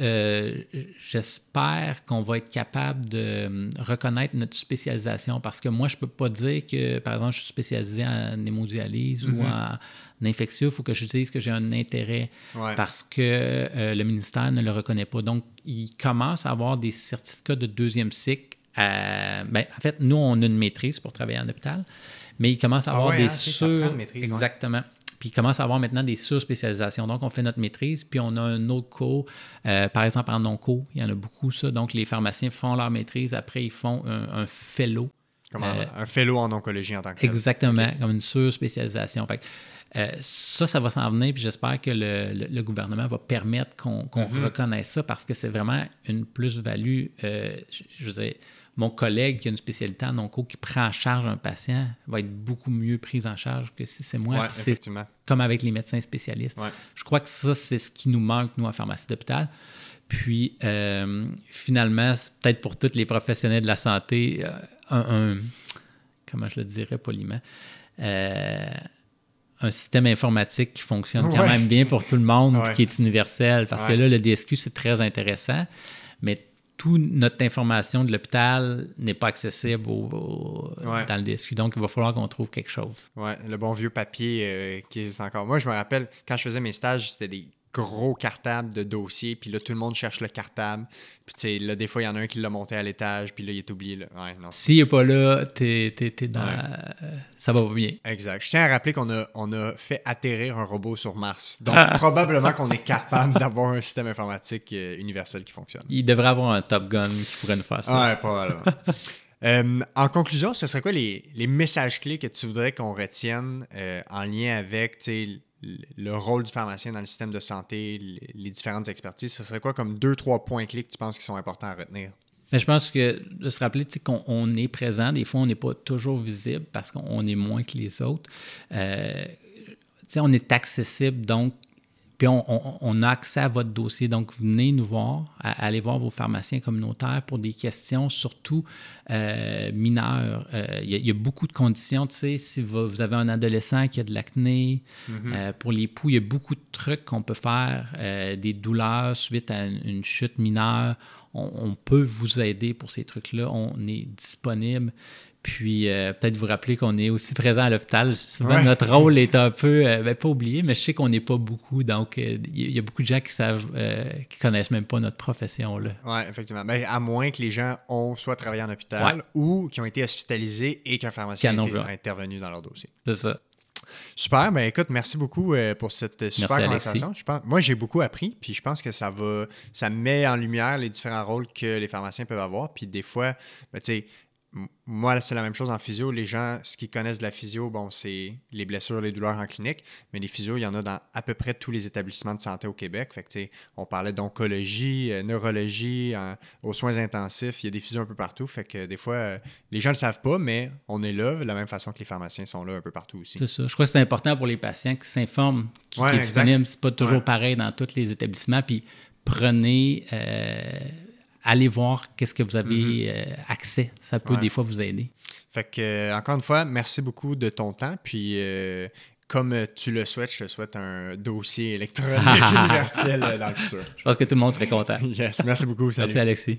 j'espère qu'on va être capable de reconnaître notre spécialisation parce que moi, je peux pas dire que, par exemple, je suis spécialisé en hémodialyse ou en infectieux. Il faut que je dise que j'ai un intérêt parce que le ministère ne le reconnaît pas. Donc, il commence à avoir des certificats de deuxième cycle. En fait, nous, on a une maîtrise pour travailler en hôpital, mais il commence à avoir des exactement. Puis il commence à avoir maintenant des surspécialisations. Donc, on fait notre maîtrise, puis on a un autre cours. Par exemple, en onco, il y en a beaucoup, ça. Donc, les pharmaciens font leur maîtrise. Après, ils font un fellow. Comme un fellow en oncologie en tant que tel. Exactement, comme une surspécialisation. Fait que, ça va s'en venir, puis j'espère que le gouvernement va permettre qu'on reconnaisse ça parce que c'est vraiment une plus-value. Je veux dire, mon collègue qui a une spécialité en onco qui prend en charge un patient va être beaucoup mieux pris en charge que si c'est moi. C'est comme avec les médecins spécialistes. Je crois que ça, c'est ce qui nous manque, nous, en pharmacie d'hôpital. Puis, finalement, c'est peut-être pour tous les professionnels de la santé, comment je le dirais poliment, un système informatique qui fonctionne quand même bien pour tout le monde, qui est universel. Parce que là, le DSQ, c'est très intéressant, mais toute notre information de l'hôpital n'est pas accessible dans le DSQ. Donc, il va falloir qu'on trouve quelque chose. Oui, le bon vieux papier qui est encore... Moi, je me rappelle, quand je faisais mes stages, c'était des gros cartables de dossiers, puis là, tout le monde cherche le cartable. Puis, tu sais, là, des fois, il y en a un qui l'a monté à l'étage, puis là, il est oublié. Là. S'il n'est pas là, t'es dans... Ça va pas bien. Exact. Je tiens à rappeler qu'on a fait atterrir un robot sur Mars. Donc, probablement qu'on est capable d'avoir un système informatique universel qui fonctionne. Il devrait avoir un Top Gun qui pourrait nous faire ça. Oui, probablement. En conclusion, ce serait quoi les messages clés que tu voudrais qu'on retienne en lien avec, tu sais, le rôle du pharmacien dans le système de santé, les différentes expertises? Ce serait quoi comme 2-3 points clés que tu penses qui sont importants à retenir? Mais je pense que de se rappeler qu'on est présent, des fois on n'est pas toujours visible parce qu'on est moins que les autres. On est accessible, donc Puis on a accès à votre dossier. Donc, venez nous voir, allez voir vos pharmaciens communautaires pour des questions, surtout mineures. Il y a beaucoup de conditions. Tu sais, si vous avez un adolescent qui a de l'acné, pour les poux, il y a beaucoup de trucs qu'on peut faire, des douleurs suite à une chute mineure. On peut vous aider pour ces trucs-là. On est disponible. Puis, peut-être vous rappeler qu'on est aussi présent à l'hôpital. Souvent, notre rôle est un peu, pas oublié, mais je sais qu'on n'est pas beaucoup. Donc, il y a beaucoup de gens qui savent, qui connaissent même pas notre profession. Oui, effectivement. Mais à moins que les gens ont soit travaillé en hôpital ou qui ont été hospitalisés et qu'un pharmacien a intervenu dans leur dossier. C'est ça. Super. Ben écoute, merci beaucoup pour cette super conversation. Moi, j'ai beaucoup appris, puis je pense que ça met en lumière les différents rôles que les pharmaciens peuvent avoir. Puis des fois, tu sais, moi, c'est la même chose en physio. Les gens, ce qu'ils connaissent de la physio, bon, c'est les blessures, les douleurs en clinique, mais les physios, il y en a dans à peu près tous les établissements de santé au Québec. Fait que, tu sais, on parlait d'oncologie, neurologie, aux soins intensifs, il y a des physios un peu partout. Fait que des fois, les gens ne le savent pas, mais on est là de la même façon que les pharmaciens sont là un peu partout aussi. C'est ça. Je crois que c'est important pour les patients qui s'informent, qui est disponible. C'est pas toujours pareil dans tous les établissements. Puis prenez... allez voir qu'est-ce que vous avez accès. Ça peut des fois vous aider. Fait que, encore une fois, merci beaucoup de ton temps. Puis, comme tu le souhaites, je te souhaite un dossier électronique universel dans le futur. Je pense que tout le monde serait content. Yes, merci beaucoup. Salut. Merci, Alexis.